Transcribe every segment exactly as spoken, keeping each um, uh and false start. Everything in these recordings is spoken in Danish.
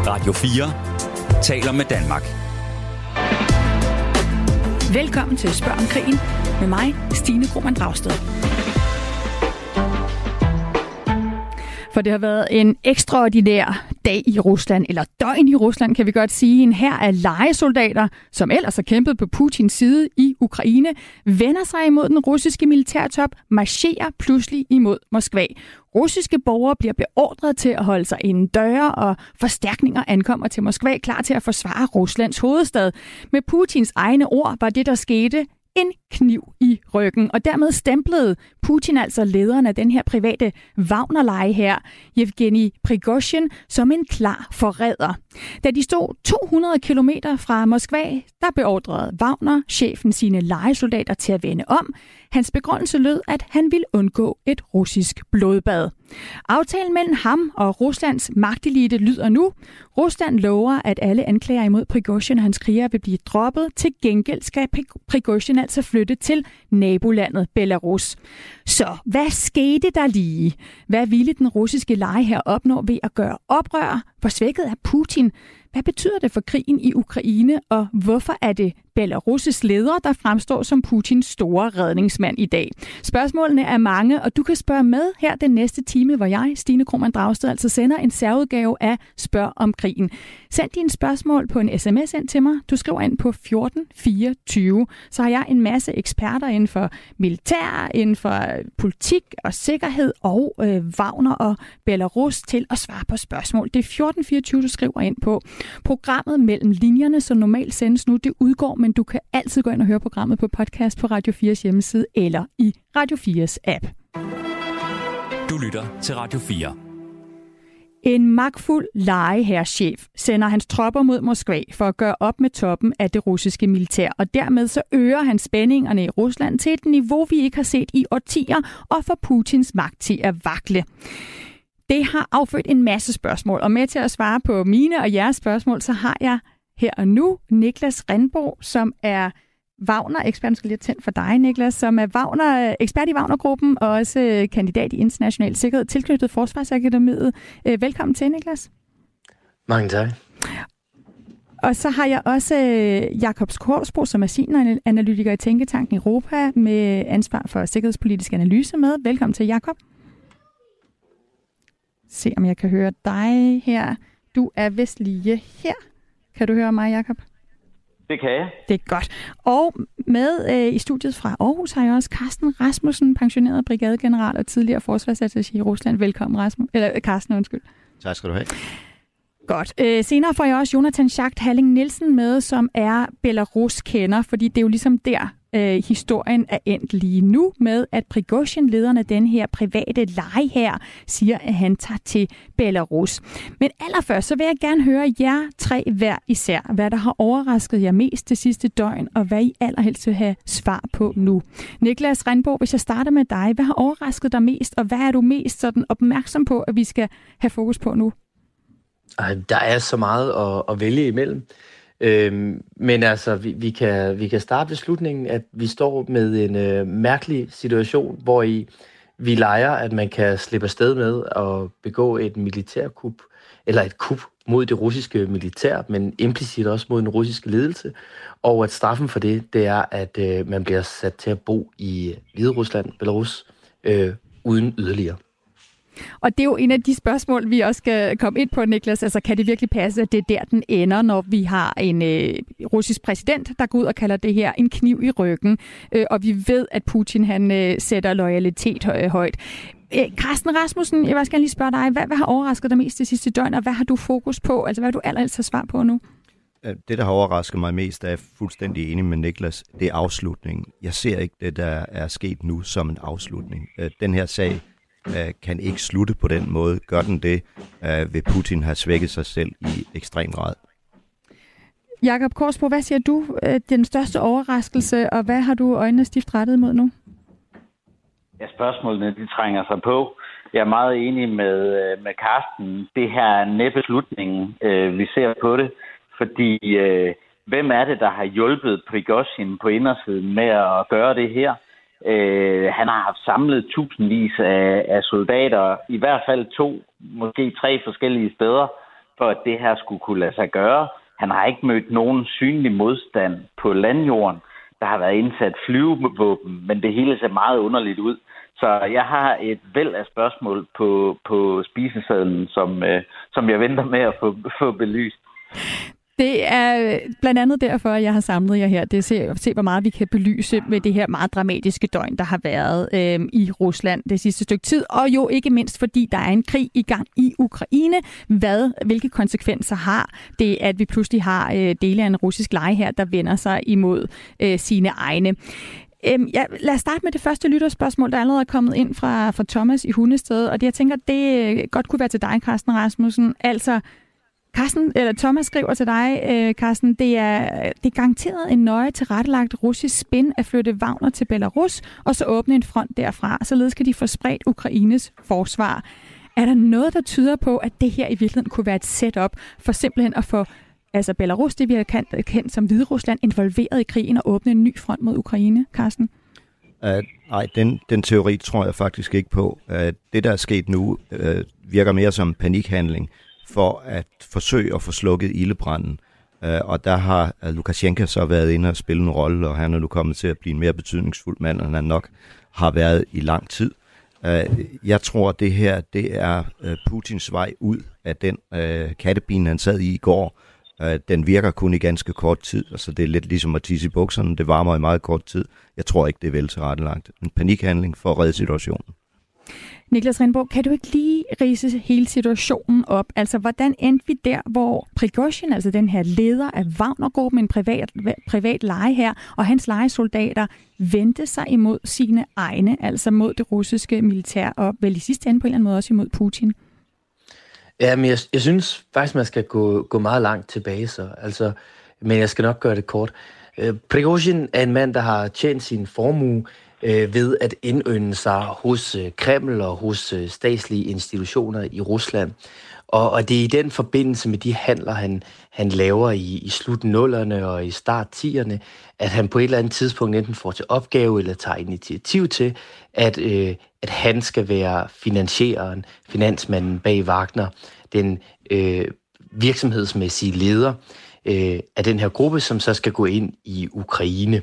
Radio fire taler med Danmark. Velkommen til Spørg om krigen med mig, Stine Krohmann Dragsted. For det har været en ekstraordinær dag i Rusland, eller døgn i Rusland, kan vi godt sige. En hær af lejesoldater, som ellers har kæmpet på Putins side i Ukraine, vender sig imod den russiske militærtop, marcherer pludselig imod Moskva. Russiske borgere bliver beordret til at holde sig inden døre, og forstærkninger ankommer til Moskva, klar til at forsvare Ruslands hovedstad. Med Putins egne ord var det, der skete, en kniv i ryggen, og dermed stemplede Putin altså lederen af den her private Wagner-leje her, Yevgeni Prigozhin, som en klar forræder. Da de stod to hundrede kilometer fra Moskva, der beordrede Wagner-chefen sine lejesoldater til at vende om. Hans begrundelse lød, at han ville undgå et russisk blodbad. Aftalen mellem ham og Ruslands magtelite lyder nu. Rusland lover, at alle anklager imod Prigozhin og hans krigere vil blive droppet. Til gengæld skal Prigozhin altså flytte til nabolandet Belarus. Så hvad skete der lige? Hvad ville den russiske lejeherre opnå ved at gøre oprør? Hvor svækket er Putin? Hvad betyder det for krigen i Ukraine, og hvorfor er det Belarus' leder, der fremstår som Putins store redningsmand i dag? Spørgsmålene er mange, og du kan spørge med her den næste time, hvor jeg, Stine Krohmann Dragsted, altså sender en særudgave af Spørg om krigen. Send dine spørgsmål på en sms ind til mig. Du skriver ind på fjorten fireogtyve. Så har jeg en masse eksperter inden for militær, inden for politik og sikkerhed og øh, Wagner og Belarus til at svare på spørgsmål. Det er fjorten fireogtyve, du skriver ind på. Programmet Mellem Linjerne, som normalt sendes nu, det udgår, men du kan altid gå ind og høre programmet på podcast på Radio fires hjemmeside eller i Radio fires app. Du lytter til Radio fire. En magtfuld lejeherrechef sender hans tropper mod Moskva for at gøre op med toppen af det russiske militær, og dermed så øger han spændingerne i Rusland til et niveau, vi ikke har set i årtier, og får Putins magt til at vakle. Det har affødt en masse spørgsmål, og med til at svare på mine og jeres spørgsmål, så har jeg her og nu Niklas Rindborg, som er Wagner-ekspert. Jeg skal lige have tændt for dig, Niklas, som er Wagner, ekspert i Wagner-gruppen og også kandidat i international sikkerhed tilknyttet Forsvarsakademiet. Velkommen til, Niklas. Mange tak. Og så har jeg også Jakob Korsbro, som er senioranalytiker i Tænketanken Europa med ansvar for sikkerhedspolitisk analyse med. Velkommen til, Jakob. Se om jeg kan høre dig her. Du er vist lige her. Kan du høre mig, Jakob? Det kan jeg. Det er godt. Og med øh, i studiet fra Aarhus har jeg også Carsten Rasmussen, pensioneret brigadegeneral og tidligere forsvarsattaché i Rusland. Velkommen, Rasmus. Eller Carsten, undskyld. Tak skal du have. Godt. Øh, senere får jeg også Jonathan Schacht Halling Nielsen med, som er Belarus-kender, fordi det er jo ligesom der, øh, historien er endt lige nu med, at Prigozhin, lederen af den her private lejeherre, siger, at han tager til Belarus. Men allerførst, så vil jeg gerne høre jer tre hver især, hvad der har overrasket jer mest det sidste døgn, og hvad I allerhelst vil have svar på nu. Niklas Rindborg, hvis jeg starter med dig, hvad har overrasket dig mest, og hvad er du mest sådan opmærksom på, at vi skal have fokus på nu? Der er så meget at, at vælge imellem. Øhm, men altså, vi, vi, kan, vi kan starte ved slutningen, at vi står med en øh, mærkelig situation, hvor i vi leger, at man kan slippe afsted med at begå et militærkup, eller et kup mod det russiske militær, men implicit også mod den russiske ledelse, og at straffen for det, det er, at øh, man bliver sat til at bo i Hviderusland, Belarus, øh, uden yderligere. Og det er jo en af de spørgsmål, vi også skal komme ind på, Niklas. Altså, kan det virkelig passe, at det er der, den ender, når vi har en øh, russisk præsident, der går ud og kalder det her en kniv i ryggen, øh, og vi ved, at Putin han øh, sætter loyalitet hø- højt. Øh, Carsten Rasmussen, jeg vil også gerne lige spørge dig, hvad, hvad har overrasket dig mest det sidste døgn, og hvad har du fokus på? Altså, hvad har du allerhelst har svar på nu? Det, der har overrasket mig mest, er jeg fuldstændig enig med Niklas, det er afslutningen. Jeg ser ikke det, der er sket nu, som en afslutning. Den her sag kan ikke slutte på den måde. Gør den det, vil Putin have svækket sig selv i ekstrem grad. Jakob Korsbro, hvad siger du? Den største overraskelse, og hvad har du øjnene stift rettet mod nu? Ja, spørgsmålene, de trænger sig på. Jeg er meget enig med, med Carsten. Det her er næppe slutningen, vi ser på det. Fordi øh, hvem er det, der har hjulpet Prigozhin på indersiden med at gøre det her? Øh, han har haft samlet tusindvis af, af soldater, i hvert fald to, måske tre forskellige steder, for at det her skulle kunne lade sig gøre. Han har ikke mødt nogen synlig modstand på landjorden. Der har været indsat flyvevåben, men det hele ser meget underligt ud. Så jeg har et væld af spørgsmål på, på spisesedlen, som, øh, som jeg venter med at få, få belyst. Det er blandt andet derfor, at jeg har samlet jer her. Det er se, se, hvor meget vi kan belyse med det her meget dramatiske døgn, der har været øh, i Rusland det sidste stykke tid. Og jo ikke mindst, fordi der er en krig i gang i Ukraine. Hvad, hvilke konsekvenser har det, at vi pludselig har øh, dele af en russisk leje her, der vender sig imod øh, sine egne? Øhm, ja, lad os starte med det første lytterspørgsmål, der allerede er kommet ind fra, fra Thomas i Hundested. Og det, jeg tænker, det godt kunne være til dig, Carsten Rasmussen. Altså, Carsten, eller Thomas skriver til dig, øh, Carsten, det er, det er garanteret en nøje tilrettelagt russisk spin at flytte Wagner til Belarus, og så åbne en front derfra. Således kan de få spredt Ukraines forsvar. Er der noget, der tyder på, at det her i virkeligheden kunne være et setup for simpelthen at få altså Belarus, det vi har kendt, kendt som Hviderusland, involveret i krigen og åbne en ny front mod Ukraine, Carsten? Nej, uh, den, den teori tror jeg faktisk ikke på. Uh, det, der er sket nu, uh, virker mere som panikhandling for at forsøge at få slukket ildebranden. Uh, og der har uh, Lukasjenko så været inde og spille en rolle, og han er nu kommet til at blive en mere betydningsfuld mand, end han nok har været i lang tid. Uh, jeg tror, det her det er uh, Putins vej ud af den uh, kattebine, han sad i i går. Uh, den virker kun i ganske kort tid, altså det er lidt ligesom at tisse i bukserne, det varmer i meget kort tid. Jeg tror ikke, det er vel tilrettelagt. En panikhandling for at redde situationen. Niklas Rindborg, kan du ikke lige ridse hele situationen op? Altså, hvordan endte vi der, hvor Prigozhin, altså den her leder af Wagner-gruppen, en privat, privat leje her, og hans lejesoldater vendte sig imod sine egne, altså mod det russiske militær, og vel i sidste ende på en eller anden måde også imod Putin? Ja, men jeg, jeg synes faktisk, man skal gå, gå meget langt tilbage så. Altså, men jeg skal nok gøre det kort. Øh, Prigozhin er en mand, der har tjent sin formue øh, ved at indønde sig hos øh, Kreml og hos øh, statslige institutioner i Rusland. Og, og det er i den forbindelse med de handler, han, han laver i, i slut nullerne og i start tierne, at han på et eller andet tidspunkt enten får til opgave eller tager initiativ til, at, øh, at han skal være finansieren, finansmanden bag Wagner, den øh, virksomhedsmæssige leder øh, af den her gruppe, som så skal gå ind i Ukraine.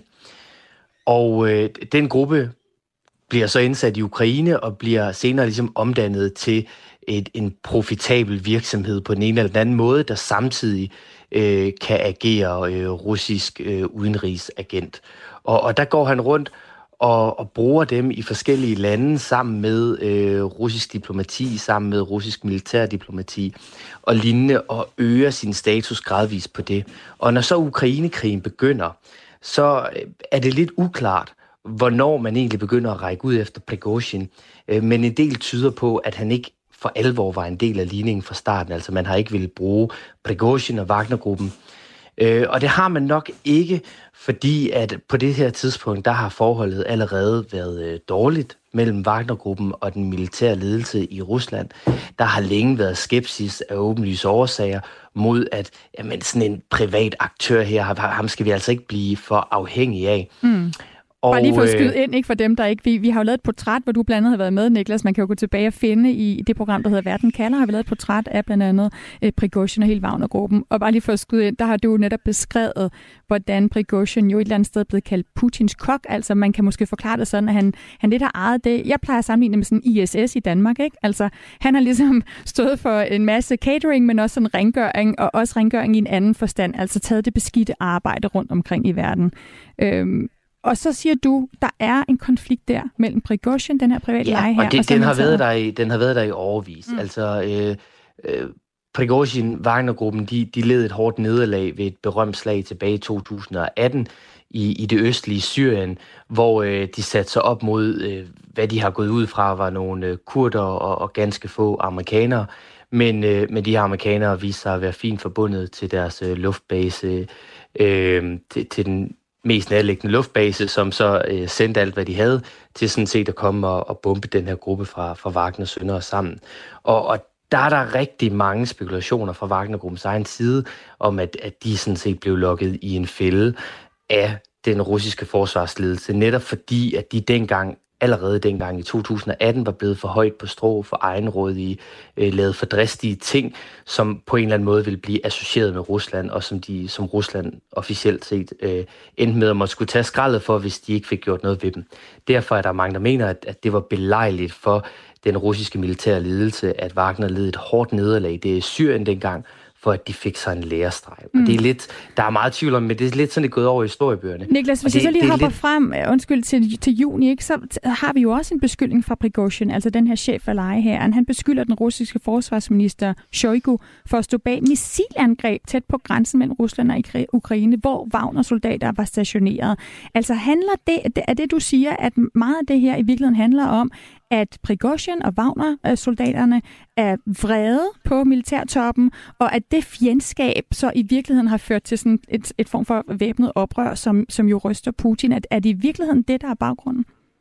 Og øh, den gruppe bliver så indsat i Ukraine og bliver senere ligesom omdannet til et, en profitabel virksomhed på den ene eller den anden måde, der samtidig øh, kan agere øh, russisk øh, udenrigsagent. Og, og der går han rundt og, og bruger dem i forskellige lande sammen med øh, russisk diplomati, sammen med russisk militærdiplomati og lignende, og øger sin status gradvist på det. Og når så Ukrainekrigen begynder, så er det lidt uklart, hvornår man egentlig begynder at række ud efter Prigozhin. Men en del tyder på, at han ikke for alvor var en del af ligningen fra starten. Altså man har ikke ville bruge Prigozhin og Wagner-gruppen. Og det har man nok ikke, fordi at på det her tidspunkt, der har forholdet allerede været dårligt mellem Wagner-gruppen og den militære ledelse i Rusland. Der har længe været skepsis af åbenlyse årsager mod, at jamen, sådan en privat aktør her, ham skal vi altså ikke blive for afhængige af. Mm. Bare lige for at skyde ind, ikke for dem, der ikke... Vi, vi har jo lavet et portræt, hvor du blandt andet har været med, Niklas. Man kan jo gå tilbage og finde i det program, der hedder Verden kalder, har vi lavet et portræt af blandt andet eh, Prigozhin og hele Wagner-gruppen. Og bare lige for at skyde ind, der har du netop beskrevet, hvordan Prigozhin jo et eller andet sted er blevet kaldt Putins kok. Altså man kan måske forklare det sådan, at han, han lidt har ejet det. Jeg plejer at sammenligne med sådan I S S i Danmark, ikke? Altså han har ligesom stået for en masse catering, men også sådan rengøring, og også rengøring i en anden forstand. Altså taget det beskidte arbejde rundt omkring i verden. Øhm, Og så siger du, der er en konflikt der mellem Prigozhin, den her private leje her. og, det, og den, har været der i, den har været der i årevis. Mm. Altså, øh, øh, Prigozhin, Wagner-gruppen, de, de led et hårdt nederlag ved et berømt slag tilbage i to tusind og atten i, i det østlige Syrien, hvor øh, de satte sig op mod, øh, hvad de har gået ud fra, var nogle øh, kurder og, og ganske få amerikanere. Men, øh, men de her amerikanere viste sig at være fint forbundet til deres øh, luftbase, øh, til, til den mest nærliggende luftbase, som så øh, sendte alt, hvad de havde, til sådan set at komme og, og bombe den her gruppe fra, fra Wagners sønner sammen. Og, og der er der rigtig mange spekulationer fra Wagner-gruppens egen side, om at, at de sådan set blev lokket i en fælde af den russiske forsvarsledelse, netop fordi, at de dengang allerede dengang i to tusind og atten var blevet for højt på strå, for egenrådige, øh, lavet for dristige ting, som på en eller anden måde ville blive associeret med Rusland, og som, de, som Rusland officielt set øh, endte med at man skulle tage skraldet for, hvis de ikke fik gjort noget ved dem. Derfor er der mange, der mener, at, at det var belejligt for den russiske militære ledelse, at Wagner led et hårdt nederlag. Det er Syrien dengang, for at de fik sig en lærestreg. Mm. Og det er lidt, der er meget tvivl om, men det er lidt sådan, det er gået over i historiebøgerne. Niklas, hvis det, jeg så lige hopper lidt... frem, undskyld, til, til juni, ikke, så har vi jo også en beskyldning fra Prigozhin, altså den her chef af lejehæren. Han beskylder den russiske forsvarsminister Shoigu for at stå bag missilangreb tæt på grænsen mellem Rusland og Ukraine, hvor Wagner-soldater var stationeret. Altså handler det, er det, du siger, at meget af det her i virkeligheden handler om, at Prigozhin og Wagner-soldaterne er vrede på militærtoppen, og at det fjendskab så i virkeligheden har ført til sådan et, et form for væbnet oprør, som, som jo ryster Putin. Er, er det i virkeligheden det, der er baggrunden?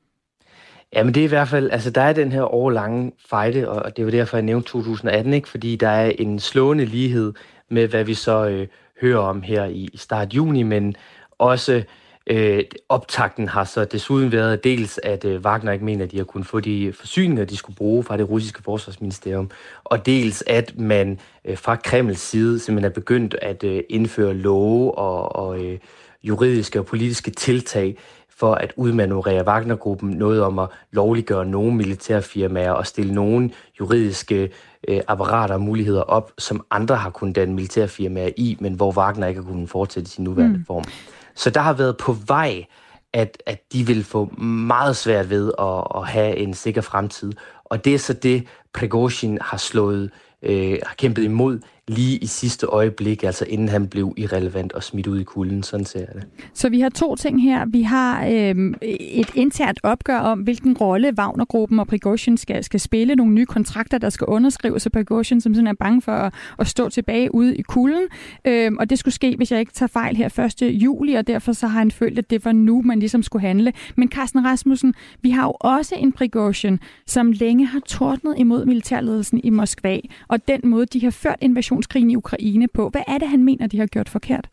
Jamen det er i hvert fald, altså der er den her årlange fejde, og det var derfor, jeg nævnte to tusind og atten, ikke? Fordi der er en slående lighed med, hvad vi så øh, hører om her i, i start juni, men også Øh, optakten har så desuden været dels, at øh, Wagner ikke mener, at de har kunnet få de forsyninger, de skulle bruge fra det russiske forsvarsministerium, og dels, at man øh, fra Kremls side simpelthen er begyndt at øh, indføre love og, og øh, juridiske og politiske tiltag for at udmanøvrere Wagner-gruppen, noget om at lovliggøre nogle militærfirmaer og stille nogle juridiske øh, apparater og muligheder op, som andre har kunnet danne militærfirmaer i, men hvor Wagner ikke har kunnet fortsætte sin nuværende mm. form. Så der har været på vej, at, at de vil få meget svært ved at, at have en sikker fremtid. Og det er så det, Prigozhin har slået, øh, har kæmpet imod lige i sidste øjeblik, altså inden han blev irrelevant og smidt ud i kulden. Sådan ser jeg det. Så vi har to ting her. Vi har øh, et internt opgør om, hvilken rolle Wagner-gruppen og Prigozhin skal, skal spille. Nogle nye kontrakter, der skal underskrives af Prigozhin, som sådan er bange for at, at stå tilbage ude i kulden. Øh, og det skulle ske, hvis jeg ikke tager fejl, her første juli, og derfor så har han følt, at det var nu, man ligesom skulle handle. Men Carsten Rasmussen, vi har jo også en Prigozhin, som længe har tordnet imod militærledelsen i Moskva, og den måde, de har ført invasion krigen i Ukraine på. Hvad er det, han mener, de har gjort forkert?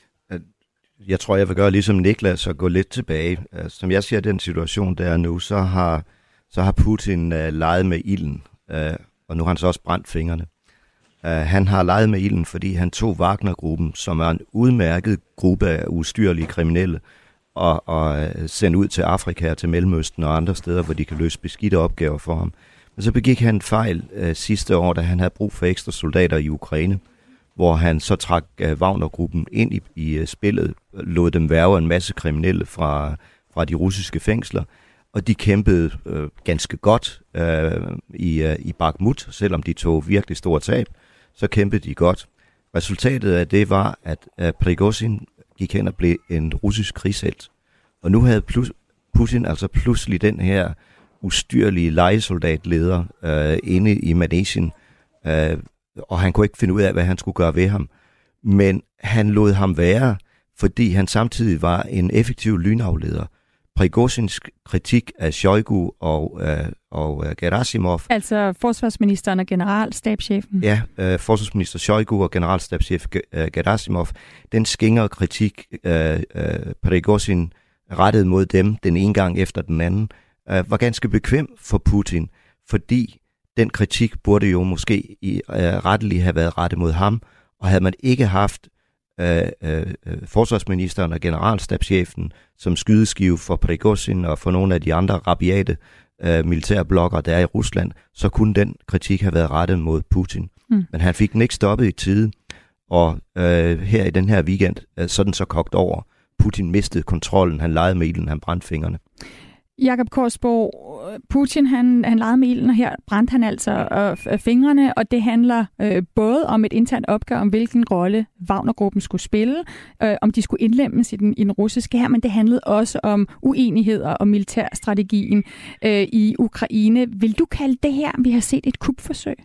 Jeg tror, jeg vil gøre ligesom Niklas og gå lidt tilbage. Som jeg ser den situation, der er nu, så har, så har Putin uh, leget med ilden, uh, og nu har han så også brændt fingrene. Uh, han har leget med ilden, fordi han tog Wagner-gruppen, som er en udmærket gruppe af ustyrlige kriminelle, og, og uh, sendte ud til Afrika, til Mellemøsten og andre steder, hvor de kan løse beskidte opgaver for ham. Men så begik han en fejl øh, sidste år, da han havde brug for ekstra soldater i Ukraine, hvor han så trak øh, Wagner-gruppen ind i, i uh, spillet, lod dem værve en masse kriminelle fra, fra de russiske fængsler, og de kæmpede øh, ganske godt øh, i, øh, i Bakhmut, selvom de tog virkelig store tab, så kæmpede de godt. Resultatet af det var, at øh, Prigozhin gik hen og blev en russisk krigshelt, og nu havde plus, Putin altså pludselig den her ustyrlige lejesoldatleder øh, inde i Manesien, øh, og han kunne ikke finde ud af, hvad han skulle gøre ved ham. Men han lod ham være, fordi han samtidig var en effektiv lynafleder. Prigozhins kritik af Shoigu og, øh, og øh, Gerasimov. Altså forsvarsministeren og generalstabschefen. Ja, øh, forsvarsminister Shoigu og generalstabschef øh, Gerasimov. Den skingre kritik, øh, øh, Prigozhin rettede mod dem den ene gang efter den anden, var ganske bekvem for Putin, fordi den kritik burde jo måske i uh, retteligt have været rettet mod ham, og havde man ikke haft uh, uh, forsvarsministeren og generalstabschefen som skydeskive for Prigozhin og for nogle af de andre rabiate uh, militærblokker, der er i Rusland, så kunne den kritik have været rettet mod Putin. Mm. Men han fik den ikke stoppet i tide, og uh, her i den her weekend, uh, så den så kogt over. Putin mistede kontrollen, han legede med ilden, han brændte fingrene. Jakob Korsbo, Putin han, han legede med ilden, og her brændte han altså øh, fingrene, og det handler øh, både om et internt opgør, om hvilken rolle Wagner-gruppen skulle spille, øh, om de skulle indlemmes i den, i den russiske her, men det handlede også om uenigheder om militærstrategien øh, i Ukraine. Vil du kalde det her, vi har set et kupforsøg?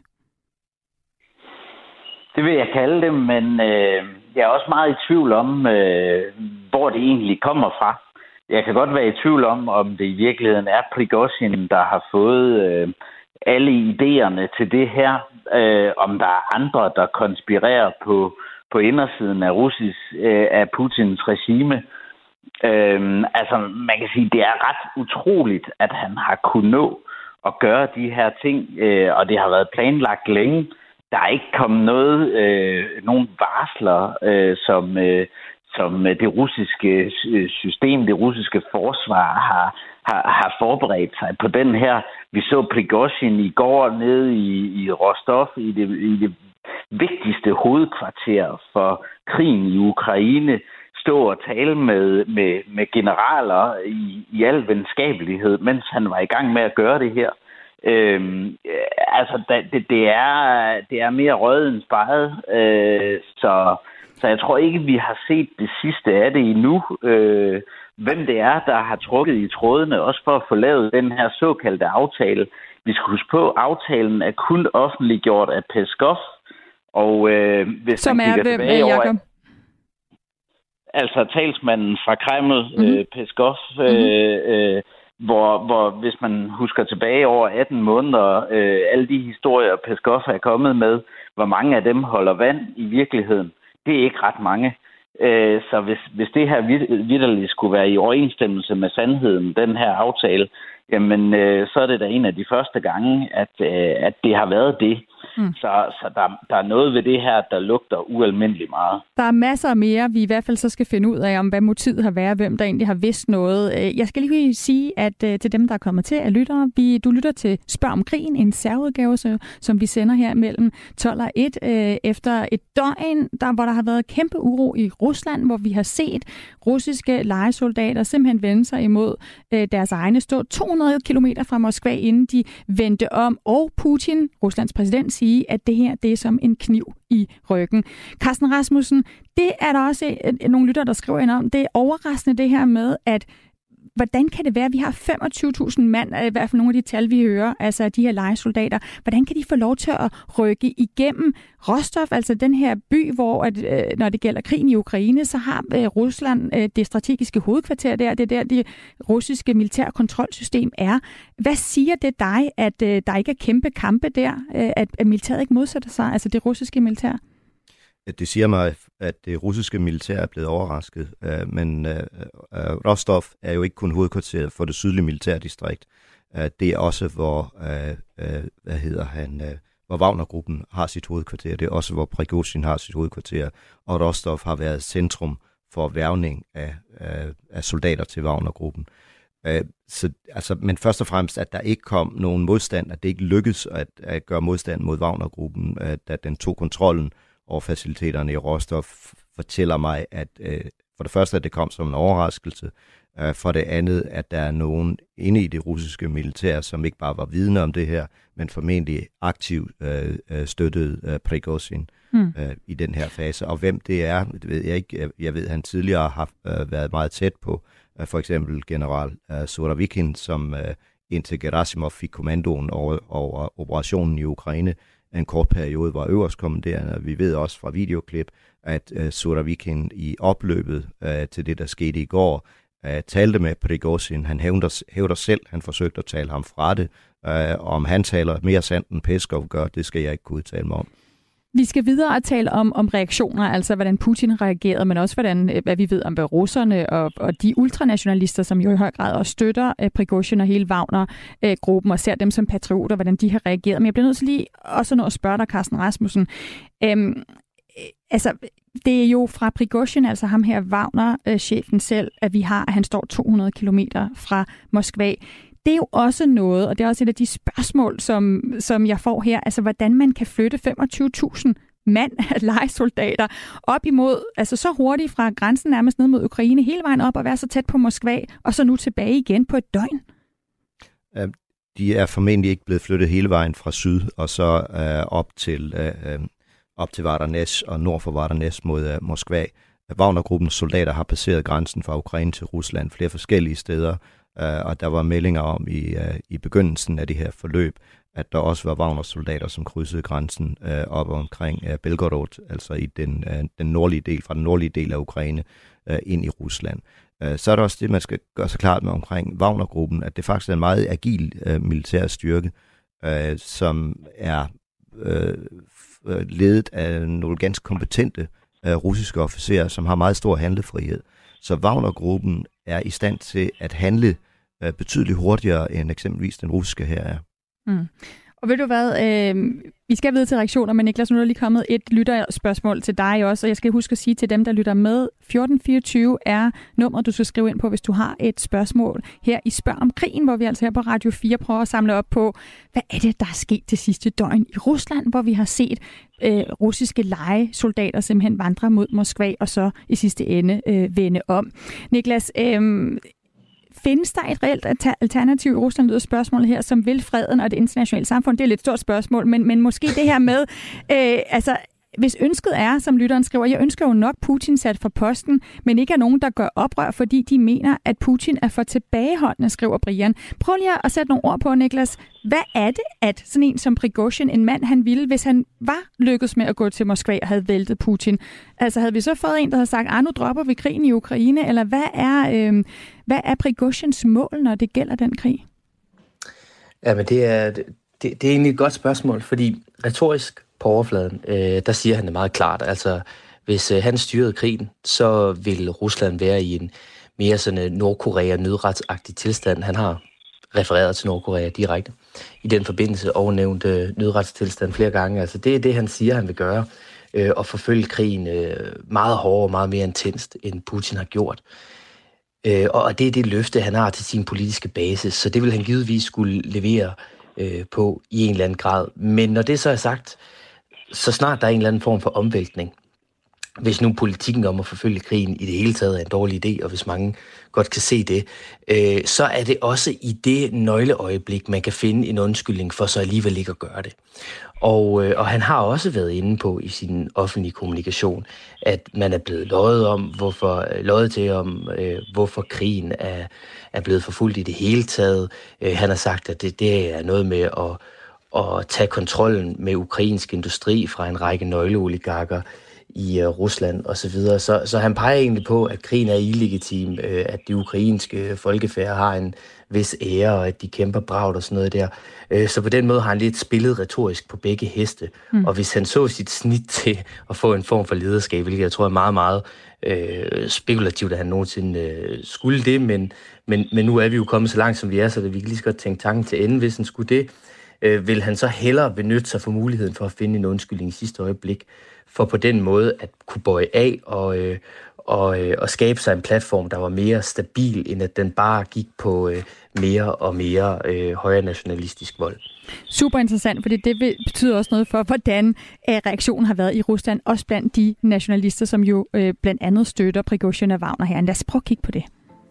Det vil jeg kalde det, men øh, jeg er også meget i tvivl om, øh, hvor det egentlig kommer fra. Jeg kan godt være i tvivl om, om det i virkeligheden er Prigozhin, der har fået øh, alle idéerne til det her. Øh, om der er andre, der konspirerer på, på indersiden af, Russis, øh, af Putins regime. Øhm, altså, man kan sige, det er ret utroligt, at han har kunnet nå at gøre de her ting, øh, og det har været planlagt længe. Der er ikke kommet noget, øh, nogen varsler, øh, som, øh, som det russiske system, det russiske forsvar har, har, har forberedt sig på den her. Vi så Prigozhin i går nede i, i Rostov, i det, i det vigtigste hovedkvarter for krigen i Ukraine, stå og tale med, med, med generaler i, i al venskabelighed, mens han var i gang med at gøre det her. Øhm, altså, det, det, er, det er mere røget end speget, øh, så, så jeg tror ikke, vi har set det sidste af det endnu. Øh, hvem det er, der har trukket i trådene, også for at få lavet den her såkaldte aftale. Vi skal huske på, at aftalen er kun offentliggjort af Peskov, og øh, hvis Som man er kigger hvem, tilbage over... Jacob? Altså talsmanden fra Kreml, mm-hmm. øh, Peskov, øh, mm-hmm. øh, hvor, hvor hvis man husker tilbage over atten måneder, øh, alle de historier, Peskov er kommet med, hvor mange af dem holder vand i virkeligheden, det er ikke ret mange. Øh, så hvis, hvis det her vitterligt skulle være i overensstemmelse med sandheden, den her aftale, jamen øh, så er det da en af de første gange, at, øh, at det har været det. Mm. Så, så der, der er noget ved det her, der lugter ualmindeligt meget. Der er masser mere, vi i hvert fald så skal finde ud af, om hvad motivet har været, hvem der egentlig har vidst noget. Jeg skal lige sige, at til dem, der er kommet til at lytte, vi, du lytter til Spørg om krigen, en særudgave, som vi sender her mellem tolv og et, efter et døgn, der, hvor der har været kæmpe uro i Rusland, hvor vi har set russiske lejesoldater simpelthen vende sig imod deres egne, stå to hundrede kilometer fra Moskva, inden de vendte om, og Putin, Ruslands præsident, sige, at det her, det er som en kniv i ryggen. Carsten Rasmussen, det er der også nogle lyttere, der skriver ind om. Det er overraskende det her med, at hvordan kan det være, at vi har femogtyve tusind mand, i hvert fald nogle af de tal, vi hører, altså de her lejesoldater, hvordan kan de få lov til at rykke igennem Rostov, altså den her by, hvor at, når det gælder krigen i Ukraine, så har Rusland det strategiske hovedkvarter der, det er der, det russiske militære kontrolsystem er. Hvad siger det dig, at der ikke er kæmpe kampe der, at militæret ikke modsætter sig, altså det russiske militær? Det siger mig, at det russiske militær er blevet overrasket, men Rostov er jo ikke kun hovedkvarteret for det sydlige militærdistrikt. Det er også, hvor, hvad hedder han, hvor Wagner-gruppen har sit hovedkvarter. Det er også, hvor Prigozhin har sit hovedkvarter. Og Rostov har været centrum for værvning af, af soldater til Wagner-gruppen. Så, altså, men først og fremmest, at der ikke kom nogen modstand, at det ikke lykkedes at, at gøre modstand mod Wagner-gruppen, at, at den tog kontrollen over faciliteterne i Rostov, fortæller mig, at øh, for det første, at det kom som en overraskelse, øh, for det andet, at der er nogen inde i det russiske militær, som ikke bare var vidne om det her, men formentlig aktivt øh, støttede øh, Prigozhin hmm. øh, i den her fase. Og hvem det er, det ved jeg ikke. Jeg ved, at han tidligere har øh, været meget tæt på, øh, for eksempel general øh, Surovikin, som øh, indtil Gerasimov fik kommandoen over, over operationen i Ukraine, en kort periode var øverstkommanderende. Vi ved også fra videoklip, at uh, Surovikin i opløbet uh, til det, der skete i går, uh, talte med Prigozhin. Han hævder, hævder selv, han forsøgte at tale ham fra det. Uh, om han taler mere sandt end Peskov gør, det skal jeg ikke kunne udtale mig om. Vi skal videre og tale om, om reaktioner, altså hvordan Putin reagerede, men også hvordan, hvad vi ved om russerne og, og de ultranationalister, som jo i høj grad også støtter uh, Prigozhin og hele Wagner-gruppen og ser dem som patrioter, hvordan de har reageret. Men jeg bliver nødt til lige også noget at spørge dig, Carsten Rasmussen. Øhm, altså, det er jo fra Prigozhin, altså ham her Wagner-chefen selv, at vi har, at han står to hundrede kilometer fra Moskva. Det er jo også noget, og det er også et af de spørgsmål, som, som jeg får her, altså hvordan man kan flytte femogtyve tusind mand af lejesoldater op imod, altså så hurtigt fra grænsen nærmest ned mod Ukraine, hele vejen op og være så tæt på Moskva, og så nu tilbage igen på et døgn. De er formentlig ikke blevet flyttet hele vejen fra syd, og så øh, op til øh, op til Vardanæs og nord for Vardanæs mod øh, Moskva. Wagner-gruppens soldater har passeret grænsen fra Ukraine til Rusland flere forskellige steder, Uh, og der var meldinger om i, uh, i begyndelsen af det her forløb, at der også var Wagner-soldater, som krydsede grænsen uh, op omkring uh, Belgorod, altså i den, uh, den nordlige del, fra den nordlige del af Ukraine, uh, ind i Rusland. Uh, så er der også det, man skal gøre sig klart med omkring Wagner-gruppen, at det faktisk er en meget agil uh, militær styrke, uh, som er uh, ledet af nogle ganske kompetente uh, russiske officerer, som har meget stor handlefrihed. Så Wagner-gruppen er i stand til at handle øh, betydeligt hurtigere, end eksempelvis den russiske her er. Mm. Og ved du hvad, øh, vi skal videre til reaktioner, men Niklas, nu er der lige kommet et lytterspørgsmål til dig også, og jeg skal huske at sige til dem, der lytter med, fjorten fireogtyve er nummeret, du skal skrive ind på, hvis du har et spørgsmål her i Spørg om krigen, hvor vi altså her på Radio fire prøver at samle op på, hvad er det, der er sket det sidste døgn i Rusland, hvor vi har set øh, russiske lejesoldater simpelthen vandre mod Moskva, og så i sidste ende øh, vende om. Niklas, øh, findes der et reelt alternativ i Rusland, lyder spørgsmålet her, som vil freden og det internationale samfund? Det er et lidt stort spørgsmål, men, men måske det her med, øh, altså hvis ønsket er, som lytteren skriver, jeg ønsker jo nok Putin sat fra posten, men ikke er nogen, der gør oprør, fordi de mener, at Putin er for tilbageholdende, skriver Brian. Prøv lige at sætte nogle ord på, Niklas. Hvad er det, at sådan en som Prigozhin, en mand, han ville, hvis han var lykkedes med at gå til Moskva og havde væltet Putin? Altså havde vi så fået en, der havde sagt, ah, nu dropper vi krigen i Ukraine, eller hvad er, øh, hvad er Prigozhins mål, når det gælder den krig? Ja, men det er, det, det er egentlig et godt spørgsmål, fordi retorisk på overfladen, øh, der siger han det meget klart. Altså, hvis øh, han styrede krigen, så vil Rusland være i en mere sådan Nordkorea-nødretsagtig tilstand. Han har refereret til Nordkorea direkte i den forbindelse og nævnt øh, nødretstilstand flere gange. Altså, det er det, han siger, han vil gøre, øh, og forfølge krigen øh, meget hårdere og meget mere intenst, end Putin har gjort. Øh, og det er det løfte, han har til sin politiske basis, så det vil han givetvis skulle levere øh, på i en eller anden grad. Men når det så er sagt, så snart der er en eller anden form for omvæltning, hvis nu politikken om at forfølge krigen i det hele taget er en dårlig idé, og hvis mange godt kan se det, øh, så er det også i det nøgleøjeblik, man kan finde en undskyldning for så alligevel ikke at gøre det. Og, øh, og han har også været inde på i sin offentlige kommunikation, at man er blevet løjet om, hvorfor løjet til om, øh, hvorfor krigen er, er blevet forfulgt i det hele taget. Øh, han har sagt, at det, det er noget med at, at tage kontrollen med ukrainsk industri fra en række nøgleoligarker i uh, Rusland og så videre. Så, så han peger egentlig på, at krigen er illegitim, øh, at de ukrainske folkefærd har en vis ære, og at de kæmper bravt og sådan noget der. Øh, så på den måde har han lidt spillet retorisk på begge heste. Mm. Og hvis han så sit snit til at få en form for lederskab, hvilket jeg tror er meget, meget øh, spekulativt, at han nogensinde øh, skulle det, men, men, men nu er vi jo kommet så langt, som vi er, så vi kan lige så godt tænke tanken til ende, hvis han skulle det. Øh, vil han så hellere benytte sig for muligheden for at finde en undskyldning i sidste øjeblik, for på den måde at kunne bøje af og, øh, og, øh, og skabe sig en platform, der var mere stabil, end at den bare gik på øh, mere og mere øh, højre nationalistisk vold. Super interessant, fordi det betyder også noget for, hvordan øh, reaktionen har været i Rusland, også blandt de nationalister, som jo øh, blandt andet støtter Prigozhin og Wagner her. Lad os prøve at kigge på det.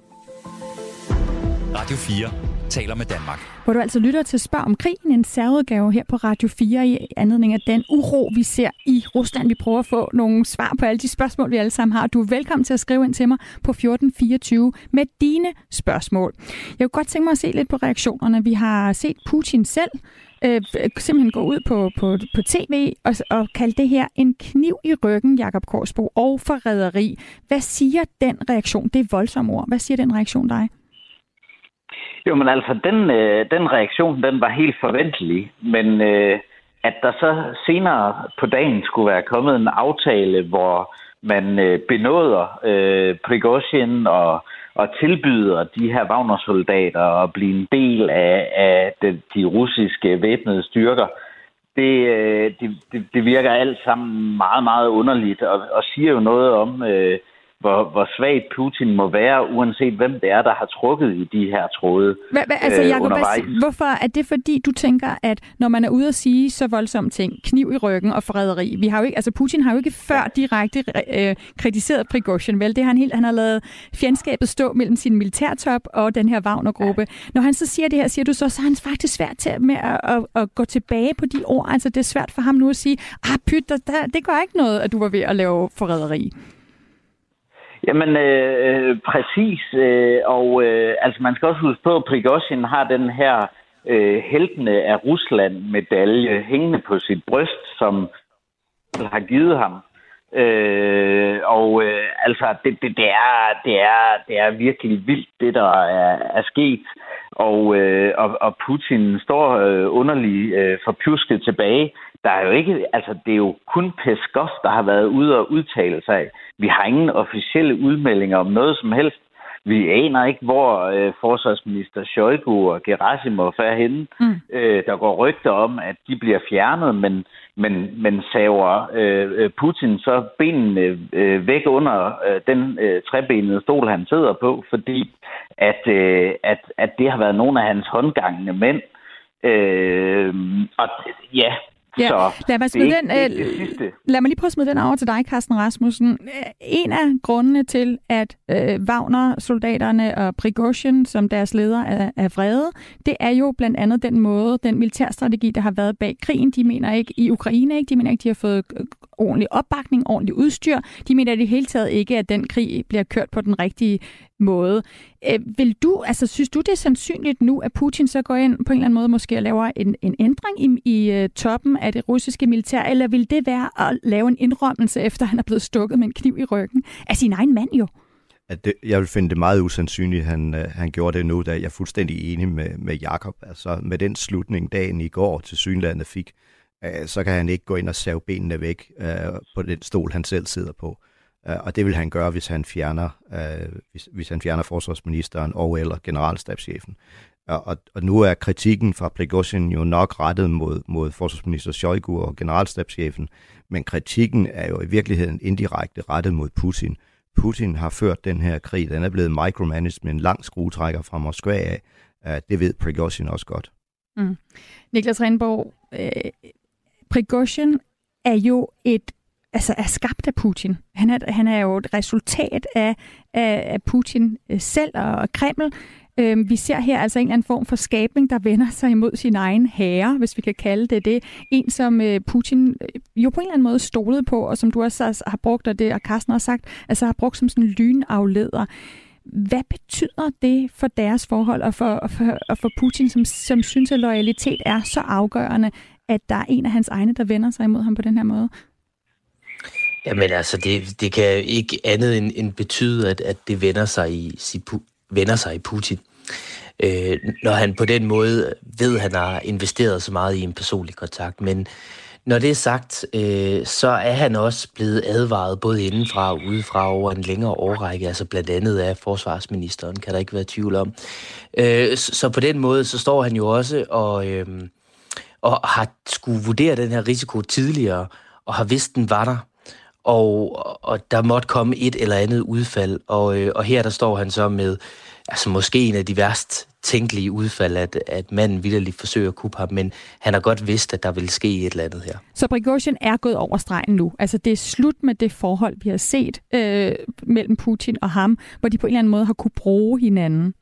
Radio fire taler med Danmark. Hvor du altså lytter til Spørg om krigen, en særudgave her på Radio fire i anledning af den uro, vi ser i Rusland. Vi prøver at få nogle svar på alle de spørgsmål, vi alle sammen har. Du er velkommen til at skrive ind til mig på fjorten fireogtyve med dine spørgsmål. Jeg kunne godt tænke mig at se lidt på reaktionerne. Vi har set Putin selv øh, simpelthen gå ud på, på, på tv og, og kalde det her en kniv i ryggen, Jakob Korsbo, og forræderi. Hvad siger den reaktion? Det er voldsomme ord. Hvad siger den reaktion dig? Jo, men altså, den, øh, den reaktion, den var helt forventelig, men øh, at der så senere på dagen skulle være kommet en aftale, hvor man øh, benåder øh, Prigozhin og, og tilbyder de her Wagner-soldater at blive en del af, af de, de russiske væbnede styrker, det, øh, det, det, det virker alt sammen meget, meget underligt og, og siger jo noget om Øh, Hvor, hvor svagt Putin må være, uanset hvem det er, der har trukket i de her tråde hva, hva, altså, Jacob, øh, undervejs. Hvad, hvorfor er det, fordi du tænker, at når man er ude at sige så voldsomme ting, kniv i ryggen og forræderi, vi har jo ikke, altså Putin har jo ikke før direkte øh, kritiseret Prigozhin, vel? Det har han helt, han har lavet fjendskabet stå mellem sin militærtop og den her Wagner-gruppe. Ja. Når han så siger det her, siger du så, så er han faktisk svært til med at, at, at gå tilbage på de ord. Altså det er svært for ham nu at sige, ah pyt, der, der, det gør ikke noget, at du var ved at lave forræderi. Jamen, øh, præcis. Øh, og øh, altså, man skal også huske på, at Prigozhin har den her øh, heltene af Rusland-medalje hængende på sit bryst, som har givet ham. Øh, og øh, altså, det, det, det, er, det, er, det er virkelig vildt, det der er, er sket. og, øh, og, og Putin står øh, underligt øh, forpjusket tilbage. Der er jo ikke, altså det er jo kun Peskov, der har været ude og udtale sig. Vi har ingen officielle udmeldinger om noget som helst. Vi aner ikke, hvor øh, forsvarsminister Shoigu og Gerasimov er henne. Mm. Øh, der går rygter om, at de bliver fjernet, men, men, men saver øh, Putin så benene øh, væk under øh, den øh, trebenede stol, han sidder på, fordi at, øh, at, at det har været nogle af hans håndgangende mænd. Øh, og ja... Ja, så lad mig, smide den, øh, lad mig lige prøve at smide den over til dig, Carsten Rasmussen. En af grundene til, at øh, Wagner-soldaterne og Prigozhin, som deres leder, er, er vrede, det er jo blandt andet den måde, den militærstrategi, der har været bag krigen. De mener ikke i Ukraine, ikke? De mener ikke, de har fået ordentlig opbakning, ordentlig udstyr. De mener i det hele taget ikke, at den krig bliver kørt på den rigtige måde. Vil du, altså, synes du, det er sandsynligt nu, at Putin så går ind på en eller anden måde måske og laver en, en ændring i, i uh, toppen af det russiske militær, eller vil det være at lave en indrømmelse, efter han er blevet stukket med en kniv i ryggen af sin egen mand jo? At det, jeg vil finde det meget usandsynligt, han, uh, han gjorde det nu, da jeg er fuldstændig enig med, med Jakob. Altså med den slutning, dagen i går til Synlandet fik, uh, så kan han ikke gå ind og save benene væk uh, på den stol, han selv sidder på. Uh, og det vil han gøre, hvis han fjerner, uh, hvis, hvis han fjerner forsvarsministeren og eller generalstabschefen. Uh, og, og nu er kritikken fra Prigozhin jo nok rettet mod, mod forsvarsminister Shoigu og generalstabschefen, men kritikken er jo i virkeligheden indirekte rettet mod Putin. Putin har ført den her krig, den er blevet micromanaged med en lang skruetrækker fra Moskva af. Uh, det ved Prigozhin også godt. Mm. Niklas Renborg, øh, Prigozhin er jo et altså er skabt af Putin. Han er, han er jo et resultat af, af, af Putin selv og Kreml. Øhm, vi ser her altså en eller anden form for skabning, der vender sig imod sin egen herre, hvis vi kan kalde det det. En, som øh, Putin jo på en eller anden måde stolede på, og som du også har brugt, og det og Carsten har sagt, altså har brugt som sådan en lynafleder. Hvad betyder det for deres forhold, og for, og for, og for Putin, som, som synes, at loyalitet er så afgørende, at der er en af hans egne, der vender sig imod ham på den her måde? Jamen altså, det, det kan ikke andet end, end betyde, at, at det vender sig i, vender sig i Putin. Øh, når han på den måde ved, at han har investeret så meget i en personlig kontakt. Men når det er sagt, øh, så er han også blevet advaret både indenfra og udefra over en længere årrække, altså blandt andet af forsvarsministeren, kan der ikke være tvivl om. Øh, så, så på den måde, så står han jo også og, øh, og har skulle vurdere den her risiko tidligere, og har vidst, den var der. Og, og der måtte komme et eller andet udfald, og, øh, og her der står han så med altså måske en af de værst tænkelige udfald, at, at manden vitterligt forsøger at kuppe ham, men han har godt vidst, at der vil ske et eller andet her. Så Prigozhin er gået over stregen nu. Altså det er slut med det forhold, vi har set øh, mellem Putin og ham, hvor de på en eller anden måde har kunne bruge hinanden.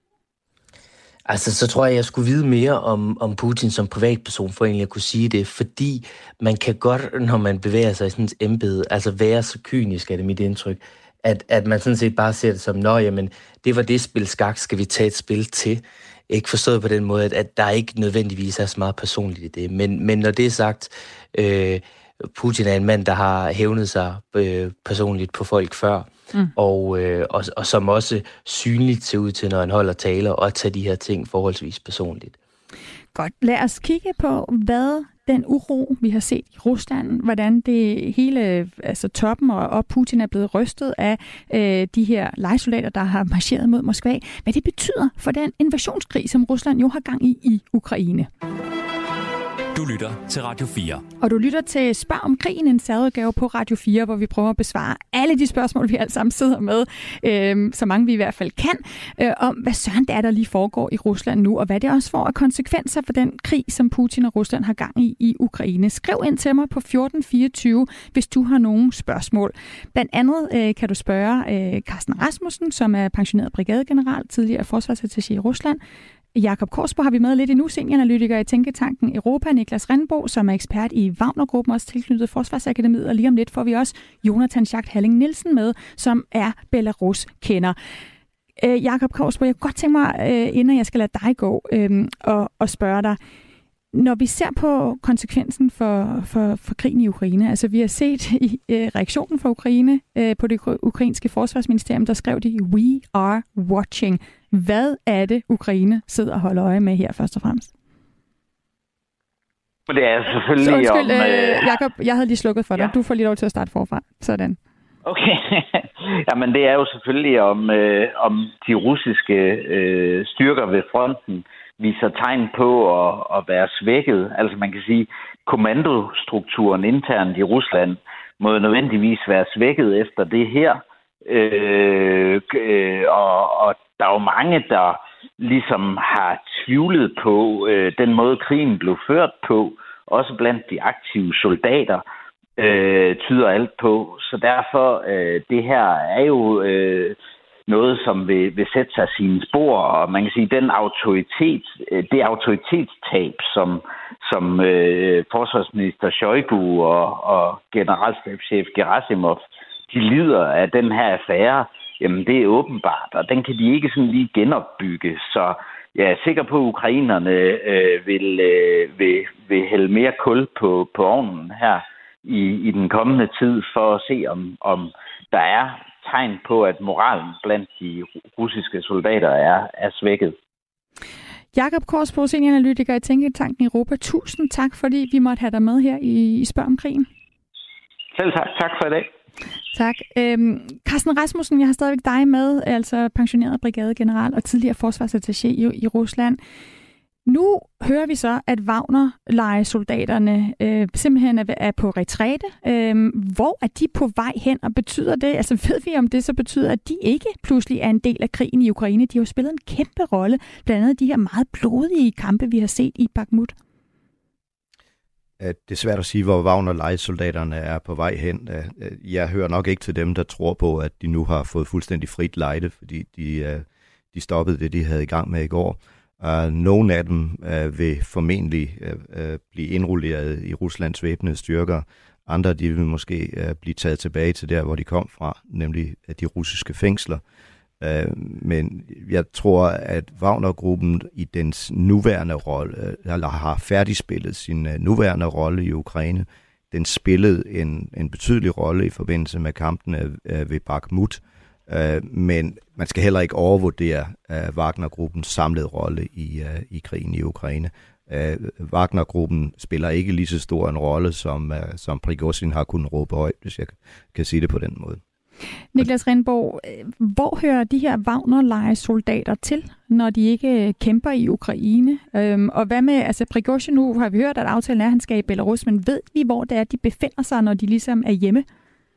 Altså, så tror jeg, jeg skulle vide mere om, om Putin som privatperson, for egentlig at kunne sige det, fordi man kan godt, når man bevæger sig i sådan et embede, altså være så kynisk, er det mit indtryk, at, at man sådan set bare ser det som, nå, jamen, det var det spil skak, skal vi tage et spil til? Ikke forstået på den måde, at, at der ikke nødvendigvis er så meget personligt i det. Men, men når det er sagt, øh, Putin er en mand, der har hævnet sig øh, personligt på folk før, mm. og, øh, og, og som også synligt ser ud til, når han holder taler, og tager de her ting forholdsvis personligt. Godt. Lad os kigge på, hvad den uro, vi har set i Rusland, hvordan det hele, altså toppen og, og Putin er blevet rystet af øh, de her lejesoldater, der har marcheret mod Moskva, hvad det betyder for den invasionskrig, som Rusland jo har gang i i Ukraine. Du lytter til Radio fire. Og du lytter til Spørg om krigen, en særudgave på Radio fire, hvor vi prøver at besvare alle de spørgsmål, vi alle sammen sidder med, øh, så mange vi i hvert fald kan, øh, om hvad søren det er, der lige foregår i Rusland nu, og hvad det også får af konsekvenser for den krig, som Putin og Rusland har gang i i Ukraine. Skriv ind til mig på fjorten fireogtyve, hvis du har nogle spørgsmål. Blandt andet øh, kan du spørge øh, Carsten Rasmussen, som er pensioneret brigadegeneral, tidligere forsvarsattaché i Rusland. Jakob Korsbo har vi med lidt endnu, senioranalytiker i Tænketanken Europa, Niklas Renborg, som er ekspert i Wagner-gruppen, også tilknyttet Forsvarsakademiet, og lige om lidt får vi også Jonathan Schacht Halling Nielsen med, som er Belarus-kender. Øh, Jakob Korsbo, jeg kunne godt tænke mig, øh, inden jeg skal lade dig gå, øh, og, og spørge dig, når vi ser på konsekvensen for, for, for krigen i Ukraine, altså vi har set i øh, reaktionen fra Ukraine øh, på det ukrainske forsvarsministerium, der skrev de, "We are watching." Hvad er det, Ukraine sidder og holder øje med her først og fremmest? Det er selvfølgelig Så undskyld, om... Øh, Jacob, jeg havde lige slukket for dig. Ja. Du får lige lov til at starte forfra. Sådan. Okay. Jamen, det er jo selvfølgelig om, øh, om de russiske øh, styrker ved fronten viser tegn på at, at være svækket. Altså man kan sige, kommandostrukturen internt i Rusland må nødvendigvis være svækket efter det her. Øh, øh, og, og der er jo mange, der ligesom har tvivlet på øh, den måde, krigen blev ført på, også blandt de aktive soldater, øh, tyder alt på. Så derfor, øh, det her er jo øh, noget, som vil, vil sætte sig sine spor, og man kan sige, den autoritet, det autoritetstab, som, som øh, forsvarsminister Shoigu og, og generalstabschef Gerasimov, de lider af den her affære, jamen det er åbenbart, og den kan de ikke sådan lige genopbygge. Så jeg er sikker på, at ukrainerne øh, vil, øh, vil, vil hælde mere kul på, på ovnen her i, i den kommende tid, for at se, om, om der er tegn på, at moralen blandt de russiske soldater er, er svækket. Jakob Korsbo, senioranalytiker i Tænketanken Europa. Tusind tak, fordi vi måtte have dig med her i, i Spørg om krigen. Selv tak. Tak for i dag. Tak. Øhm, Carsten Rasmussen, jeg har stadigvæk dig med, altså pensioneret brigadegeneral og tidligere forsvarsattaché i, i Rusland. Nu hører vi så, at Wagner-lejesoldaterne øh, simpelthen er, er på retræte. Øh, hvor er de på vej hen, og betyder det, altså ved vi om det så betyder, at de ikke pludselig er en del af krigen i Ukraine? De har jo spillet en kæmpe rolle, blandt andet de her meget blodige kampe, vi har set i Bakhmut. Det er svært at sige, hvor Wagner-lejesoldaterne er på vej hen. Jeg hører nok ikke til dem, der tror på, at de nu har fået fuldstændig frit lejde, fordi de, de stoppede det, de havde i gang med i går. Uh, nogle af dem uh, vil formentlig uh, uh, blive indrulleret i Ruslands væbnede styrker. Andre de vil måske uh, blive taget tilbage til der, hvor de kom fra, nemlig de russiske fængsler. Uh, men jeg tror, at Wagner-gruppen i dens nuværende rolle, eller har færdigspillet sin uh, nuværende rolle i Ukraine. Den spillede en, en betydelig rolle i forbindelse med kampene uh, ved Bakhmut. Uh, men man skal heller ikke overvurdere uh, Wagner-gruppens samlede rolle i, uh, i krigen i Ukraine. Uh, Wagner-gruppen spiller ikke lige så stor en rolle, som, uh, som Prigozhin har kunnet råbe højt, hvis jeg kan sige det på den måde. Niklas Rindborg, hvor hører de her Wagner-lejesoldater til, når de ikke kæmper i Ukraine? Øhm, og hvad med, altså Prigozhin, nu har vi hørt, at aftalen er, at han skal i Belarus, men ved vi, hvor det er, de befinder sig, når de ligesom er hjemme?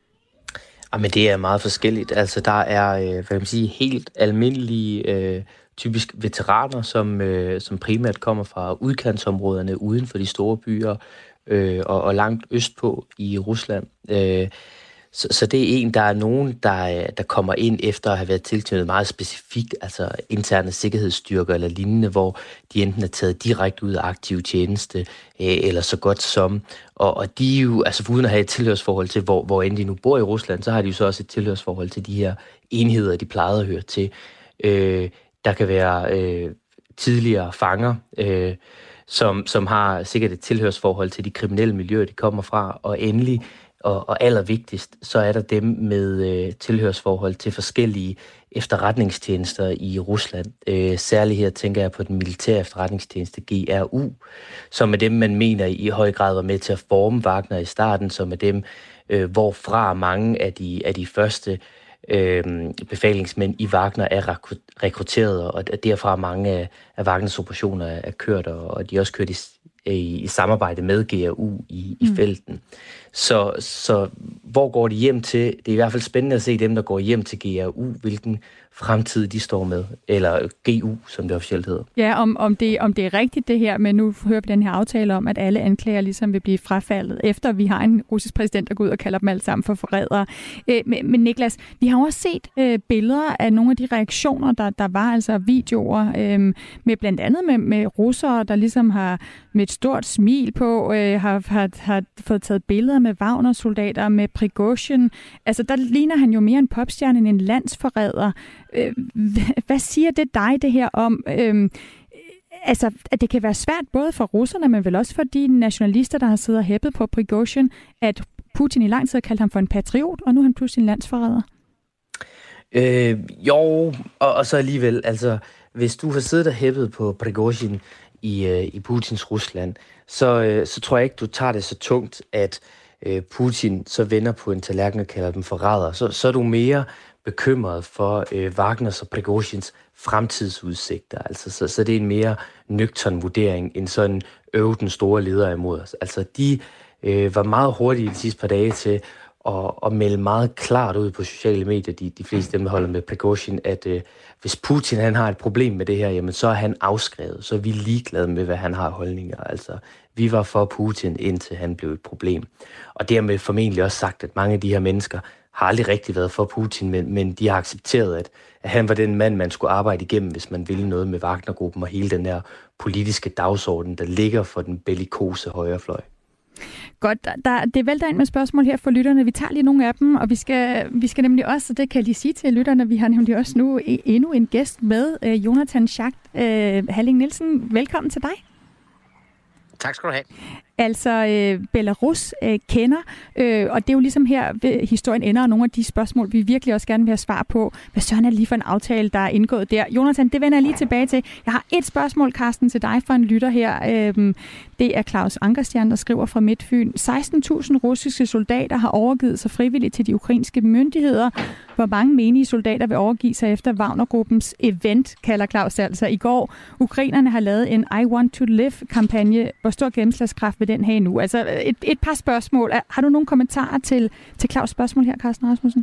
Jamen, det er meget forskelligt. Altså, der er, øh, hvad kan man sige, helt almindelige, øh, typisk veteraner, som, øh, som primært kommer fra udkantsområderne uden for de store byer øh, og, og langt østpå i Rusland. Øh, så, så det er en, der er nogen, der, der kommer ind efter at have været tilknyttet meget specifikt, altså interne sikkerhedsstyrker eller lignende, hvor de enten er taget direkte ud af aktiv tjeneste, øh, eller så godt som. Og, og de er jo, altså uden at have et tilhørsforhold til, hvor, hvor end de nu bor i Rusland, så har de jo så også et tilhørsforhold til de her enheder, de plejede at høre til. Øh, der kan være øh, tidligere fanger, øh, som, som har sikkert et tilhørsforhold til de kriminelle miljøer, de kommer fra. Og endelig, og, og allervigtigst, så er der dem med øh, tilhørsforhold til forskellige efterretningstjenester i Rusland. Øh, særligt her tænker jeg på den militære efterretningstjeneste G R U, som er dem, man mener i høj grad var med til at forme Wagner i starten, som er dem, øh, hvorfra mange af de, af de første øh, befalingsmænd i Wagner er rekrutteret, og derfra mange af, af Wagners operationer er kørt, og de er også kørt i, i, i samarbejde med G R U i, i felten. Så, så hvor går de hjem til? Det er i hvert fald spændende at se dem, der går hjem til G R U, hvilken fremtid de står med, eller G U, som det officielt hedder. Ja, om, om, det, om det er rigtigt det her, men nu hører vi den her aftale om, at alle anklager ligesom vil blive frafaldet, efter vi har en russisk præsident, der går ud og kalder dem alle sammen for forrædere. Øh, men, men Niklas, vi har også set øh, billeder af nogle af de reaktioner, der, der var, altså videoer, øh, med blandt andet med, med russere, der ligesom har med et stort smil på, øh, har, har, har fået taget billeder med Wagner-soldater, med Prigozhin. Altså, der ligner han jo mere en popstjerne end en landsforræder. Øh, hvad siger det dig, det her om, øh, altså, at det kan være svært både for russerne, men vel også for de nationalister, der har siddet og hæppet på Prigozhin, at Putin i lang tid har kaldt ham for en patriot, og nu er han pludselig en landsforræder? Øh, jo, og, og så alligevel, altså, hvis du har siddet og hæppet på Prigozhin i, øh, i Putins Rusland, så, øh, så tror jeg ikke, du tager det så tungt, at øh, Putin så vender på en tallerken og kalder dem forrædere. Så, så er du mere bekymret for øh, Wagners og Prigozhins fremtidsudsigter. Altså, så, så det er en mere nøgtern vurdering end sådan øve den store leder imod os. Altså, de øh, var meget hurtige de sidste par dage til at, at melde meget klart ud på sociale medier, de, de fleste dem, der holder med Prigozhin, at øh, hvis Putin han har et problem med det her, jamen så er han afskrevet, så er vi ligeglade med, hvad han har holdninger. Altså, vi var for Putin, indtil han blev et problem. Og dermed formentlig også sagt, at mange af de her mennesker har aldrig rigtig været for Putin, men, men de har accepteret, at, at han var den mand, man skulle arbejde igennem, hvis man ville noget med Wagnergruppen og hele den her politiske dagsorden, der ligger for den bellikose højrefløj. Godt, der, det vælter ind med spørgsmål her for lytterne. Vi tager lige nogle af dem, og vi skal, vi skal nemlig også, og det kan jeg lige sige til lytterne, vi har nemlig også nu endnu en gæst med, Jonathan Schacht Halling Nielsen. Velkommen til dig. Tak skal du have. Altså øh, Belarus øh, kender, øh, og det er jo ligesom her, historien ender, og nogle af de spørgsmål, vi virkelig også gerne vil have svar på. Hvad søren er lige for en aftale, der er indgået der? Jonathan, det vender jeg lige tilbage til. Jeg har et spørgsmål, Carsten, til dig fra en lytter her. Øh, det er Claus Ankerstjern, der skriver fra Midtfyn. seksten tusind russiske soldater har overgivet sig frivilligt til de ukrainske myndigheder. Hvor mange menige soldater vil overgive sig efter Wagnergruppens event, kalder Claus altså i går. Ukrainerne har lavet en I Want to Live-kampagne. Hvor stor gennemslagskraft vil den have nu? Altså et, et par spørgsmål. Har du nogle kommentarer til, til Claus' spørgsmål her, Carsten Rasmussen?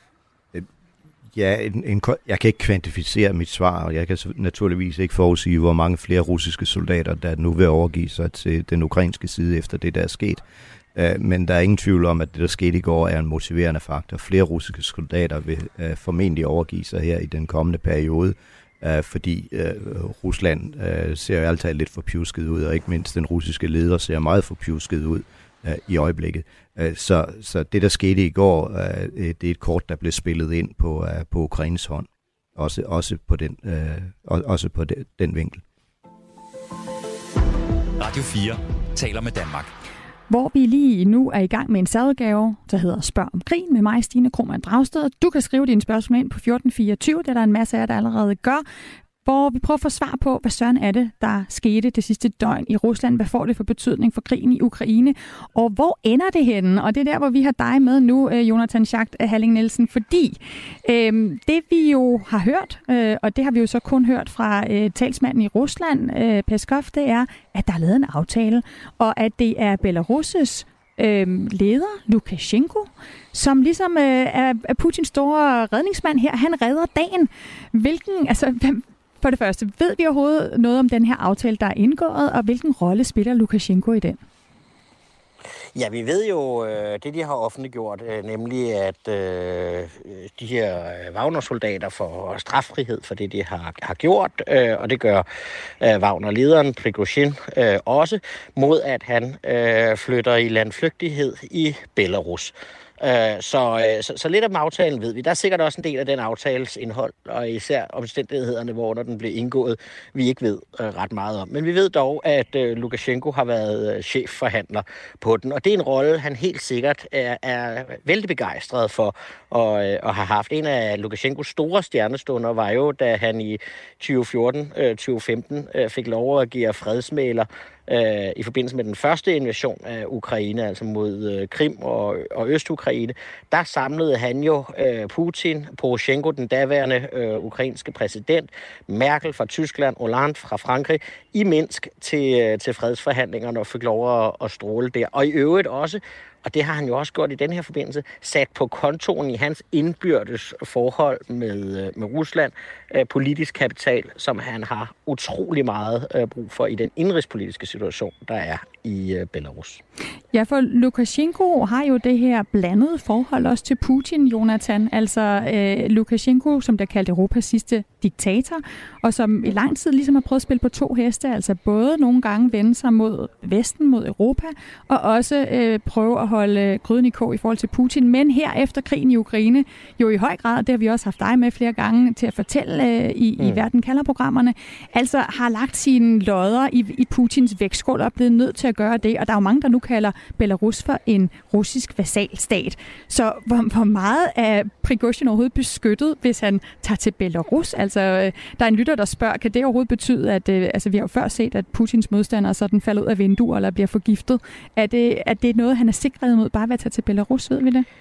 Ja, en, en, jeg kan ikke kvantificere mit svar, og jeg kan naturligvis ikke forudsige, hvor mange flere russiske soldater, der nu vil overgive sig til den ukrainske side efter det, der er sket. Men der er ingen tvivl om, at det, der skete i går, er en motiverende faktor. Flere russiske soldater vil uh, formentlig overgive sig her i den kommende periode, uh, fordi uh, Rusland uh, ser jo altid lidt for pjusket ud, og ikke mindst den russiske leder ser meget for pjusket ud uh, i øjeblikket. Uh, så, så det, der skete i går, uh, det er et kort, der blev spillet ind på, uh, på Ukraines hånd. Også, også på, den, uh, også på den, den vinkel. Radio fire taler med Danmark. Hvor vi lige nu er i gang med en særudgave, der hedder Spørg om krigen med mig, Stine Krohmann Dragsted. Du kan skrive dine spørgsmål ind på fjorten fireogtyve, det er der en masse af jer, der allerede gør, hvor vi prøver at få svar på, hvad søren er det, der skete det sidste døgn i Rusland. Hvad får det for betydning for krigen i Ukraine? Og hvor ender det henne? Og det er der, hvor vi har dig med nu, Jonathan Schacht Halling Nielsen, fordi øh, det vi jo har hørt, øh, og det har vi jo så kun hørt fra øh, talsmanden i Rusland, øh, Peskov, det er, at der er lavet en aftale, og at det er Belarus' øh, leder, Lukashenko, som ligesom øh, er, er Putins store redningsmand her. Han redder dagen. Hvilken, altså, hvem, For det første, ved vi overhovedet noget om den her aftale, der er indgået, og hvilken rolle spiller Lukashenko i den? Ja, vi ved jo øh, det, de har offentliggjort, øh, nemlig at øh, de her Wagner-soldater får straffrihed for det, de har, har gjort, øh, og det gør øh, Wagner-lederen Prigozhin øh, også, mod at han øh, flytter i landflygtighed i Belarus. Så, så, så lidt om aftalen ved vi. Der er sikkert også en del af den aftales indhold, og især omstændighederne, hvor den blev indgået, vi ikke ved uh, ret meget om. Men vi ved dog, at uh, Lukashenko har været uh, chefforhandler på den, og det er en rolle, han helt sikkert er, er vældig begejstret for og, uh, og har haft. En af Lukashenkos store stjernestunder var jo, da han i tyve fjorten tyve femten uh, fik lov at agere fredsmægler i forbindelse med den første invasion af Ukraine, altså mod Krim og, og Øst-Ukraine. Der samlede han jo øh, Putin, Poroshenko, den daværende øh, ukrainske præsident, Merkel fra Tyskland, Hollande fra Frankrig, i Minsk til, øh, til fredsforhandlingerne og fik lov at, at stråle der. Og i øvrigt også, og det har han jo også gjort i den her forbindelse, sat på kontoen i hans indbyrdes forhold med, med Rusland, øh, politisk kapital, som han har utrolig meget øh, brug for i den indrigspolitiske situation, der er i øh, Belarus. Ja, for Lukashenko har jo det her blandede forhold også til Putin, Jonathan. Altså øh, Lukashenko, som der kaldte Europas sidste diktator, og som i lang tid ligesom har prøvet at spille på to heste, altså både nogle gange vende sig mod Vesten, mod Europa, og også øh, prøve at holde gryden i kog i forhold til Putin. Men her efter krigen i Ukraine, jo i høj grad, det har vi også haft dig med flere gange til at fortælle øh, i, mm. i Verden kalder-programmerne, altså har lagt sine lodder i, i Putins vægtskål og er blevet nødt til at gøre det. Og der er jo mange, der nu kalder Belarus for en russisk vasalstat. Så hvor, hvor meget er Prigozhin overhovedet beskyttet, hvis han tager til Belarus? Altså, øh, der er en lytter, der spørger, kan det overhovedet betyde, at øh, altså, vi har jo før set, at Putins modstandere sådan falder ud af vinduer eller bliver forgiftet. Er det, er det noget, han er sikret mod bare ved at tage til Belarus, ved vi det?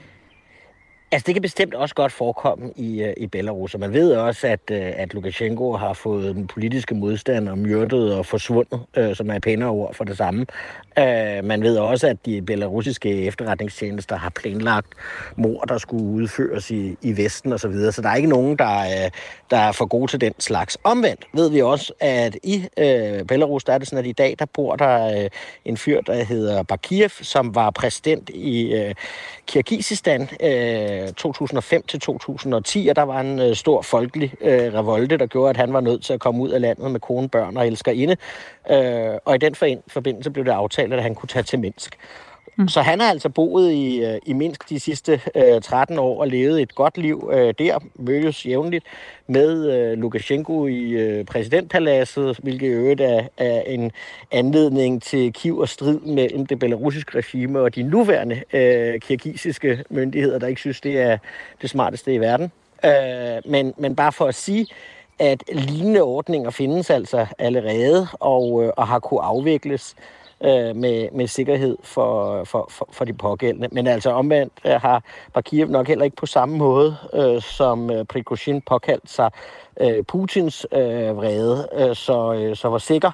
Altså, det kan bestemt også godt forekomme i, i Belarus, og man ved også, at, at Lukashenko har fået den politiske modstander myrdet og forsvundet, øh, som er pænere ord for det samme. Øh, man ved også, at de belarusiske efterretningstjenester har planlagt mord, der skulle udføres i, i Vesten osv., så, videre. Så der er ikke nogen, der er, der er for gode til den slags. Omvendt ved vi også, at i øh, Belarus, der er det sådan, at i dag, der bor der øh, en fyr, der hedder Bakiyev, som var præsident i øh, Kirgisistan, øh, to tusind og fem til to tusind og ti, og der var en øh, stor folkelig øh, revolte, der gjorde, at han var nødt til at komme ud af landet med kone, børn og elskerinde. Øh, og i den forbindelse blev det aftalt, at han kunne tage til Minsk. Mm. Så han har altså boet i, øh, i Minsk de sidste øh, tretten år og levet et godt liv øh, der, mødes jævnligt med øh, Lukashenko i øh, præsidentpaladset, hvilket i øvrigt er, er en anledning til kiv og strid mellem det belarusiske regime og de nuværende øh, kirgisiske myndigheder, der ikke synes, det er det smarteste i verden. Øh, men, men bare for at sige, at lignende ordninger findes altså allerede og, øh, og har kunne afvikles øh, med, med sikkerhed for, for, for, for de pågældende. Men altså omvendt øh, har Bakiyev nok heller ikke på samme måde, øh, som øh, Prigozhin påkaldt sig øh, Putins øh, vrede. Øh, så, øh, så hvor sikker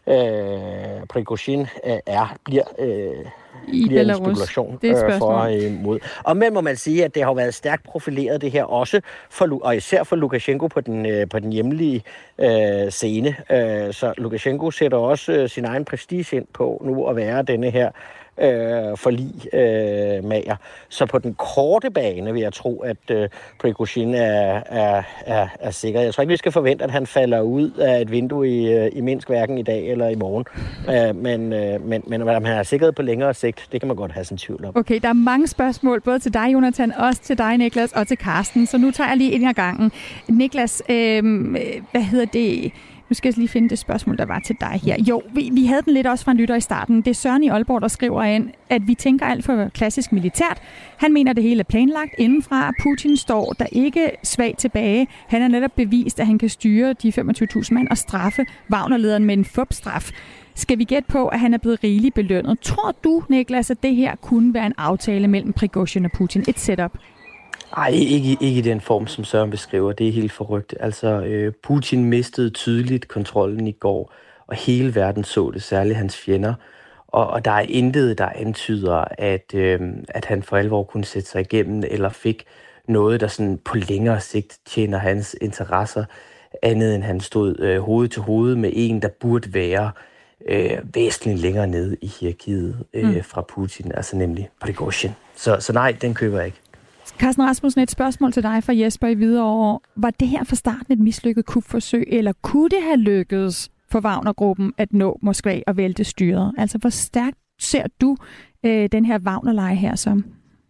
øh, Prigozhin øh, er, bliver... Øh, i bliver Belarus. En spekulation det er et øh, for imod. Og men må man sige, at det har været stærkt profileret det her også, for, og især for Lukashenko på den, øh, på den hjemlige øh, scene. Øh, så Lukashenko sætter også øh, sin egen prestige ind på nu at være denne her øh, forlig-mager. Øh, så på den korte bane vil jeg tro, at øh, Prigozhin er, er, er, er sikker. Jeg tror ikke, vi skal forvente, at han falder ud af et vindue i, i Minsk, hverken i dag eller i morgen. Øh, men, øh, men, men om han er sikret på længere sigt, det kan man godt have sin tvivl om. Okay, der er mange spørgsmål, både til dig, Jonathan, også til dig, Niklas, og til Carsten. Så nu tager jeg lige en af gangen. Niklas, øh, hvad hedder det? Nu skal jeg lige finde det spørgsmål, der var til dig her. Jo, vi, vi havde den lidt også fra en lytter i starten. Det er Søren i Aalborg, der skriver ind, at vi tænker alt for klassisk militært. Han mener, det hele er planlagt indenfra. Putin står der ikke svagt tilbage. Han har netop bevist, at han kan styre de femogtyve tusind mand og straffe Wagner-lederen med en fupstraf. Skal vi gætte på, at han er blevet rigeligt belønnet? Tror du, Niklas, at det her kunne være en aftale mellem Prigozhin og Putin? Et setup? Ej, ikke, ikke i den form, som Søren beskriver. Det er helt forrygt. Altså, øh, Putin mistede tydeligt kontrollen i går, og hele verden så det, særligt hans fjender. Og, og der er intet, der antyder, at, øh, at han for alvor kunne sætte sig igennem, eller fik noget, der sådan på længere sigt tjener hans interesser, andet end han stod øh, hoved til hoved med en, der burde være øh, væsentligt længere nede i hierarkiet øh, mm. fra Putin, altså nemlig Prigozhin. Så, så nej, den køber jeg ikke. Carsten Rasmussen, et spørgsmål til dig fra Jesper i Hvidovre. Var det her fra starten et mislykket kupforsøg, eller kunne det have lykkedes for Wagner-gruppen at nå Moskva og vælte styret? Altså, hvor stærkt ser du øh, den her Wagner-leje her som?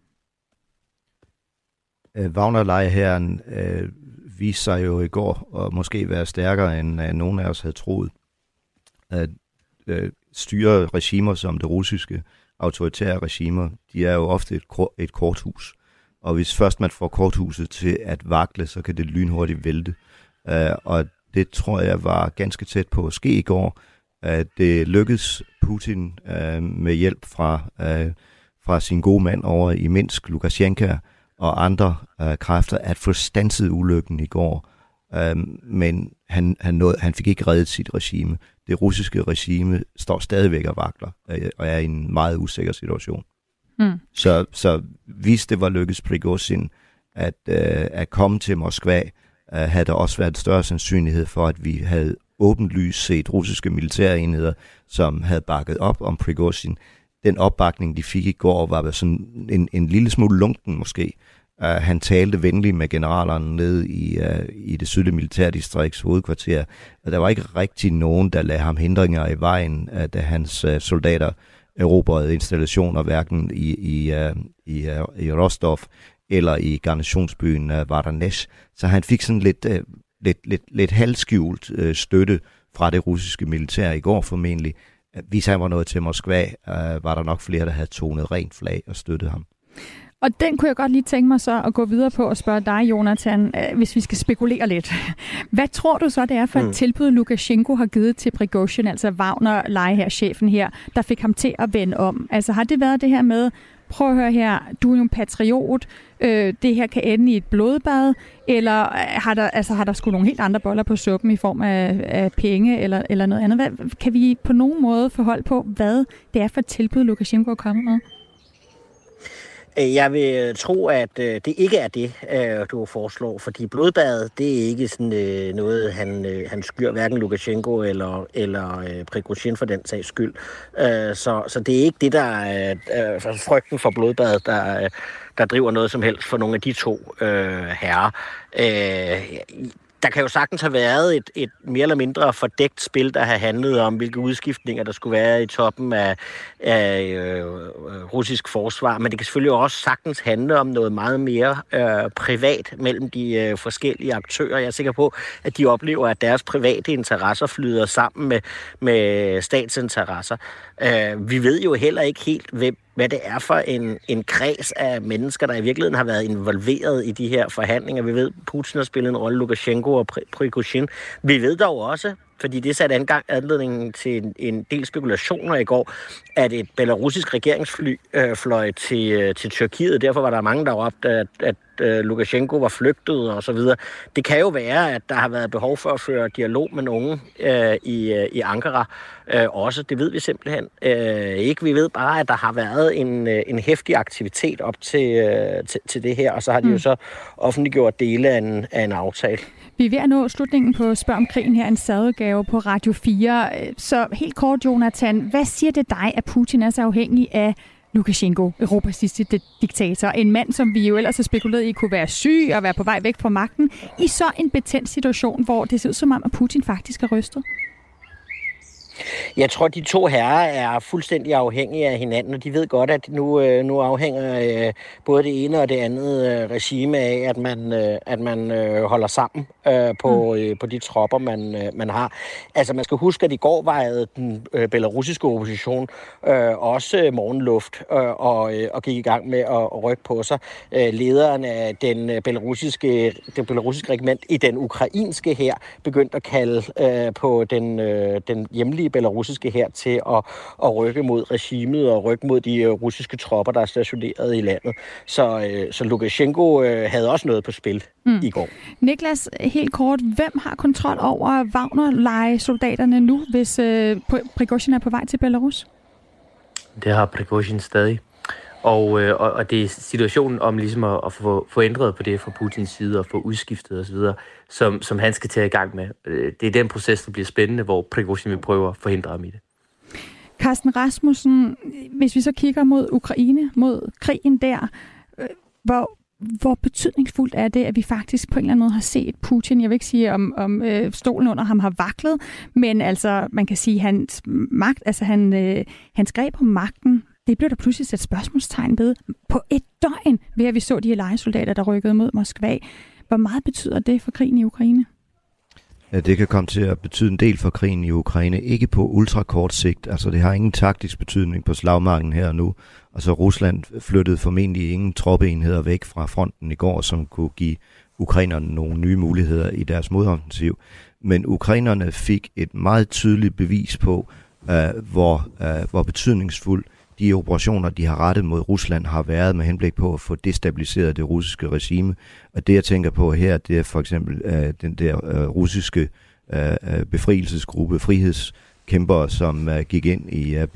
Øh, Wagner-leje-hæren øh, viste sig jo i går at måske være stærkere, end øh, nogen af os havde troet. At øh, styre regimer som det russiske, autoritære regimer, de er jo ofte et, et korthus. Og hvis først man får korthuset til at vakle, så kan det lynhurtigt vælte. Uh, og det tror jeg var ganske tæt på at ske i går. Uh, det lykkedes Putin uh, med hjælp fra, uh, fra sin gode mand over i Minsk, Lukashenko og andre uh, kræfter, at få standset ulykken i går. Uh, men han, han, nåede, han fik ikke reddet sit regime. Det russiske regime står stadigvæk og vakler uh, og er i en meget usikker situation. Mm. Så, så hvis det var lykkedes Prigozhin at, øh, at komme til Moskva, øh, havde der også været større sandsynlighed for, at vi havde åbenlyst set russiske militære enheder, som havde bakket op om Prigozhin. Den opbakning, de fik i går, var sådan en, en lille smule lunken måske. Uh, han talte venligt med generalerne nede i, uh, i det sydlige militærdistrikts hovedkvarter, og der var ikke rigtig nogen, der lagde ham hindringer i vejen, uh, da hans uh, soldater erobrede installationer, hverken i, i, uh, i, uh, i Rostov eller i garnisonsbyen uh, Vardanech. Så han fik sådan lidt, uh, lidt, lidt, lidt halvskjult uh, støtte fra det russiske militær i går formentlig. Hvis han var nået til Moskva, uh, var der nok flere, der havde tonet rent flag og støttet ham. Og den kunne jeg godt lige tænke mig så at gå videre på og spørge dig, Jonathan, hvis vi skal spekulere lidt. Hvad tror du så, det er for et mm. tilbud, Lukashenko har givet til Prigozhin, altså Wagner-lejeherrchefen her, der fik ham til at vende om? Altså har det været det her med, prøv at høre her, du er jo en patriot, øh, det her kan ende i et blodbad, eller har der, altså, har der sgu nogle helt andre boller på suppen i form af, af penge eller, eller noget andet? Hvad, kan vi på nogen måde forholde på, hvad det er for et tilbud, Lukashenko er kommet med? Jeg vil tro, at det ikke er det, du foreslår, fordi blodbadet, det er ikke sådan noget, han, han skyr, hverken Lukashenko eller, eller Prigozhin for den sags skyld. Så, så det er ikke det, der er frygten for blodbadet, der, der driver noget som helst for nogle af de to øh, herrer. Øh, Der kan jo sagtens have været et, et mere eller mindre fordækt spil, der har handlet om, hvilke udskiftninger der skulle være i toppen af, af øh, russisk forsvar. Men det kan selvfølgelig også sagtens handle om noget meget mere øh, privat mellem de øh, forskellige aktører. Jeg er sikker på, at de oplever, at deres private interesser flyder sammen med, med statsinteresser. Øh, vi ved jo heller ikke helt, hvem hvad det er for en, en kreds af mennesker, der i virkeligheden har været involveret i de her forhandlinger. Vi ved, at Putin har spillet en rolle, Lukashenko og Prigozhin. Vi ved dog også, fordi det satte angang anledningen til en, en del spekulationer i går, at et belarusisk regeringsfly øh, fløj til, øh, til Tyrkiet. Derfor var der mange, der råbte, at, at øh, Lukashenko var flygtet og så videre. Det kan jo være, at der har været behov for at føre dialog med nogen øh, i, øh, i Ankara øh, også. Det ved vi simpelthen øh, ikke. Vi ved bare, at der har været en, øh, en heftig aktivitet op til, øh, til, til det her, og så har de mm. jo så offentliggjort dele af en, af en aftale. Vi er ved at nå slutningen på Spørg om krigen her, en sadudgave på Radio fire. Så helt kort, Jonathan, hvad siger det dig, at Putin er så afhængig af Lukashenko, Europas sidste diktator? En mand, som vi jo ellers har spekuleret i, kunne være syg og være på vej væk fra magten, i så en betændt situation, hvor det ser ud som om, at Putin faktisk er rystet? Jeg tror, de to herrer er fuldstændig afhængige af hinanden, og de ved godt, at nu, nu afhænger øh, både det ene og det andet øh, regime af, at man, øh, at man øh, holder sammen øh, på, øh, på de tropper, man, øh, man har. Altså, man skal huske, at i går vejede den øh, belarusiske opposition øh, også morgenluft øh, og, øh, og gik i gang med at, at rykke på sig. Øh, lederen af den belarusiske, det belarusiske regiment i den ukrainske hær begyndte at kalde øh, på den, øh, den hjemlige belarusiske hær til at, at rykke mod regimet og rykke mod de uh, russiske tropper, der er stationeret i landet. Så, uh, så Lukashenko uh, havde også noget på spil mm. i går. Niklas, helt kort, hvem har kontrol over Wagner-lejesoldaterne nu, hvis uh, Prigozhin er på vej til Belarus? Det har Prigozhin stadig. Og, øh, og, og det er situationen om ligesom at, at få, få ændret på det fra Putins side og få udskiftet osv., som, som han skal tage i gang med. Det er den proces, der bliver spændende, hvor Prigozhin vil prøve at forhindre ham i det. Carsten Rasmussen, hvis vi så kigger mod Ukraine, mod krigen der, hvor, hvor betydningsfuldt er det, at vi faktisk på en eller anden måde har set Putin, jeg vil ikke sige, om, om øh, stolen under ham har vaklet, men altså, man kan sige, hans magt, altså han, øh, hans greb om magten, det blev der pludselig sat spørgsmålstegn ved på et døgn, ved at vi så de her lejesoldater, der rykkede mod Moskva. Hvor meget betyder det for krigen i Ukraine? Ja, det kan komme til at betyde en del for krigen i Ukraine. Ikke på ultrakort sigt. Altså, det har ingen taktisk betydning på slagmarken her og nu. Altså, Rusland flyttede formentlig ingen troppeenheder væk fra fronten i går, som kunne give ukrainerne nogle nye muligheder i deres modoffensiv. Men ukrainerne fik et meget tydeligt bevis på, uh, hvor, uh, hvor betydningsfuld de operationer, de har rettet mod Rusland, har været med henblik på at få destabiliseret det russiske regime. Og det, jeg tænker på her, det er for eksempel uh, den der uh, russiske uh, befrielsesgruppe, frihedskæmpere, som uh, gik ind i uh,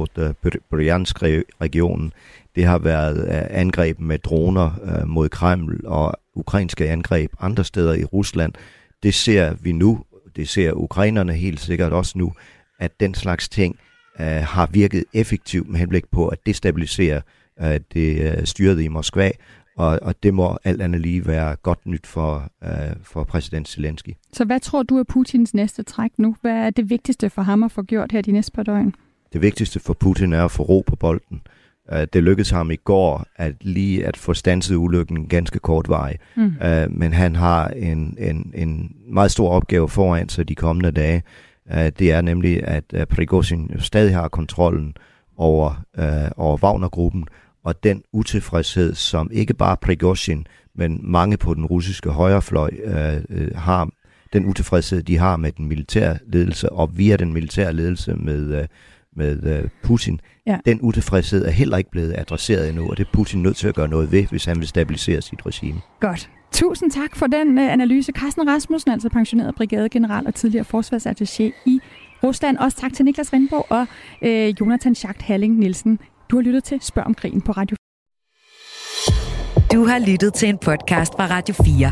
Belgorod-Bryansk-regionen. Det har været uh, angreb med droner uh, mod Kreml og ukrainske angreb andre steder i Rusland. Det ser vi nu, det ser ukrainerne helt sikkert også nu, at den slags ting Uh, har virket effektivt med henblik på at destabilisere uh, det uh, styret i Moskva, Og, og det må alt andet lige være godt nyt for, uh, for præsident Zelensky. Så hvad tror du er Putins næste træk nu? Hvad er det vigtigste for ham at få gjort her de næste par døgn? Det vigtigste for Putin er at få ro på bolden. Uh, det lykkedes ham i går at lige at få standset ulykken ganske kort vej. Mm. Uh, men han har en, en, en meget stor opgave foran sig de kommende dage. Uh, det er nemlig, at uh, Prigozhin stadig har kontrollen over, uh, over Wagner-gruppen, og den utilfredshed, som ikke bare Prigozhin, men mange på den russiske højrefløj øh, øh, har, den utilfredshed, de har med den militære ledelse, og via den militære ledelse med, øh, med øh, Putin, ja. Den utilfredshed er heller ikke blevet adresseret endnu, og det er Putin nødt til at gøre noget ved, hvis han vil stabilisere sit regime. Godt. Tusind tak for den øh, analyse. Carsten Rasmussen, altså pensioneret brigadegeneral og tidligere forsvarsattaché i Rusland. Også tak til Niklas Rindborg og øh, Jonathan Schacht Halling Nielsen. Du har lyttet til Spørg om krigen på Radio fire. Du har lyttet til en podcast fra Radio fire.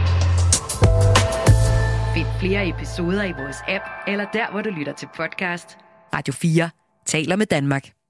Find flere episoder i vores app, eller der, hvor du lytter til podcast. Radio fire taler med Danmark.